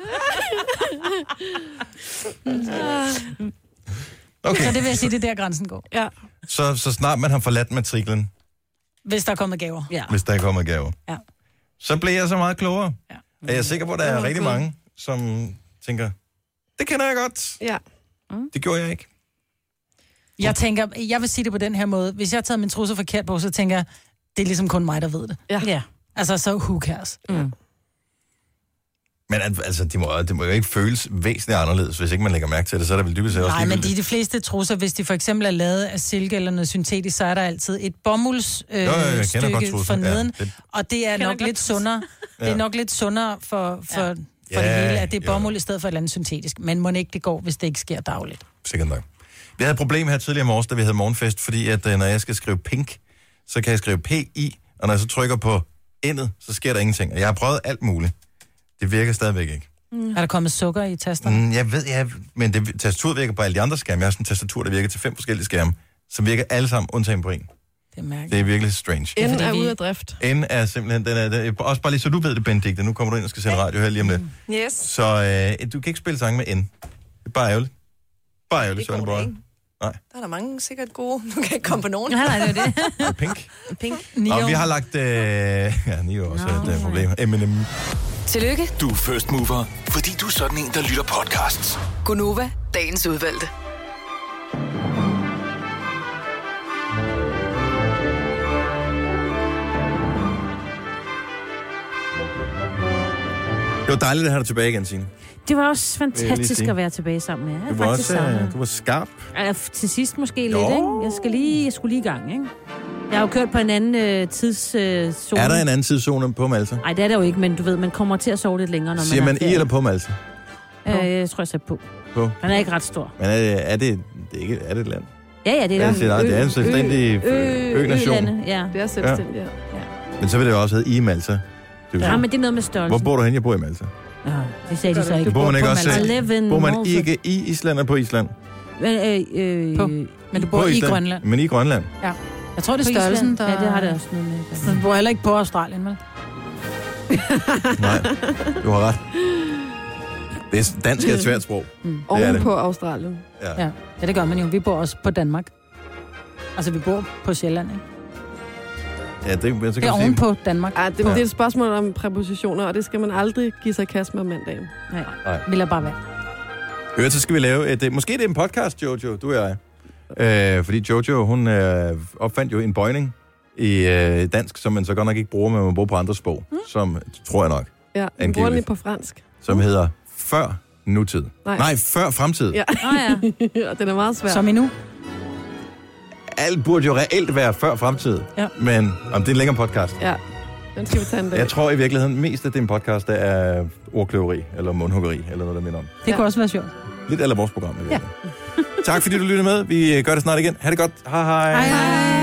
Okay, så det vil jeg sige, det er der grænsen går. Ja. så, så snart man har forladt matriklen, Hvis der er kommet gaver. Ja. hvis der er kommet gaver, Ja. så bliver jeg så meget klogere. Ja. Er jeg sikker på, at der er rigtig mange, som tænker, det kender jeg godt. Ja. Det gjorde jeg ikke. Jeg tænker, jeg vil sige det på den her måde. Hvis jeg har taget min trusser forkert på, så tænker jeg, det er ligesom kun mig, der ved det. Ja. Ja. Altså, så who cares? Mm. Men al- altså, det må, det må jo ikke føles væsentligt anderledes, hvis ikke man lægger mærke til det, så er det vel dybest set også Nej, men de, ligegyldigt. de fleste trusser, hvis de for eksempel er lavet af silke eller noget syntetisk, så er der altid et bomuldsstykke øh, Jo, jo, jeg kender godt stykke trusser. for neden. Ja, det- Og det er Kender nok godt lidt trusser. sundere. Det Ja. er nok lidt sundere for, for, Ja. for Ja, det hele, at det er jo. bomuld i stedet for et eller andet syntetisk. Men må ikke det går, hvis det ikke sker dagligt. Sikkert nok. Vi havde et problem her tidligere i morges, da vi havde morgenfest, fordi at øh, når jeg skal skrive pink, så kan jeg skrive P I, og når jeg så trykker på endet, så sker der ingenting. Og jeg har prøvet alt muligt. Det virker stadigvæk ikke. Mm. Er der kommet sukker i tasterne? Mm, jeg ved, ja, men det, tastaturet virker på alle de andre skærme. Jeg har sådan en tastatur, der virker til fem forskellige skærme, som virker alle sammen undtagen på en. Det er mærkeligt. Det er virkelig strange. N fordi er vi- ude af drift. N er simpelthen, den er, den er, også bare lige så du ved det, Benedikte, nu kommer du ind og skal sende radio her lige om lidt. Yes. Så øh, du kan ikke spille sange med N. Det er bare ærgerligt. Bare ærgerligt, Det går Søren da Borg. ikke. Nej. Der er der mange sikkert gode. Nu kan jeg ikke komme på nogen. Nej, nej, det er det. Og Pink. Pink. Og vi har lagt... Øh, ja, Nio også no, et uh, problem. Eminem. Tillykke, Du er first mover, fordi du er sådan en, der lytter podcasts. Gunova, dagens udvalgte. Det var dejligt at have dig tilbage igen, Signe. Det var også Vil jeg lige fantastisk sige. at være tilbage sammen med jer. Du var også øh, du var skarp. Ja, til sidst måske Jo. lidt, ikke? Jeg, skal lige, jeg skulle lige i gang, ikke? Jeg har jo kørt på en anden øh, tidszone. Øh, zone. Er der en anden tidszone på Malta? Nej, det er der jo ikke, men du ved, man kommer til at sove lidt længere, når Siger man man er i ferie. eller på Malta? Øh, jeg tror, jeg sagde på. På. Den er ikke ret stor. Men er det, er det, det er, ikke, er det et land? Ja, ja, det er Ja, der. det er- det er en selvstændig ø-nation. Ø-lande, ja. Det er selvstændigt, ja. Men så vil det jo også hedde i Malta. Det vil Ja, sige. men det er noget med størrelsen. Hvor bor du hen? Jeg bor i Malta. Ja, det sagde de så ikke. Du bor man ikke også I selv? live in Bor man Malta. ikke i Island og på Island? Men, øh, øh, På. Men du bor På i Island. Grønland. Men i Grønland. Ja. Jeg tror, det På er størrelsen, Island. der... Ja, det har det også noget med. Men du bor heller ikke på Australien, vel? Nej, du har ret. Det er, dansk er et svært sprog. Mm. Det er Oven det. på Australien. Ja. Ja. ja, det gør man jo. Vi bor også på Danmark. Altså, vi bor på Sjælland, ikke? Ja, det, så kan Det er du sige. oven på Danmark. Ej, det, det er et spørgsmål om præpositioner, og det skal man aldrig give sig i kast med om mandagen. Nej, Nej. vil jeg bare være. Hør, så skal vi lave et... Måske det er en podcast, Jojo, du og jeg. Øh, fordi Jojo, hun øh, opfandt jo en bøjning i øh, dansk, som man så godt nok ikke bruger, men man bruger på andre sprog, mm. som tror jeg nok, Ja, vi bruger den Angiveligt. lige på fransk. som hedder før nutid. Nej. Nej, før fremtid. Ja, Åh ja. og den er meget svær. Som endnu. Alt burde jo reelt være før fremtid. Ja. Men om det er en længere podcast. Ja, den skal vi tage en dag. Jeg tror i virkeligheden mest, at det er en podcast, der er ordkløveri, eller mundhuggeri, eller noget, der minder om. Det kunne også være sjovt. Lidt eller vores program. I virkeligheden. Tak fordi du lyttede med. Vi gør det snart igen. Ha' det godt. Hej hej. Hej hej.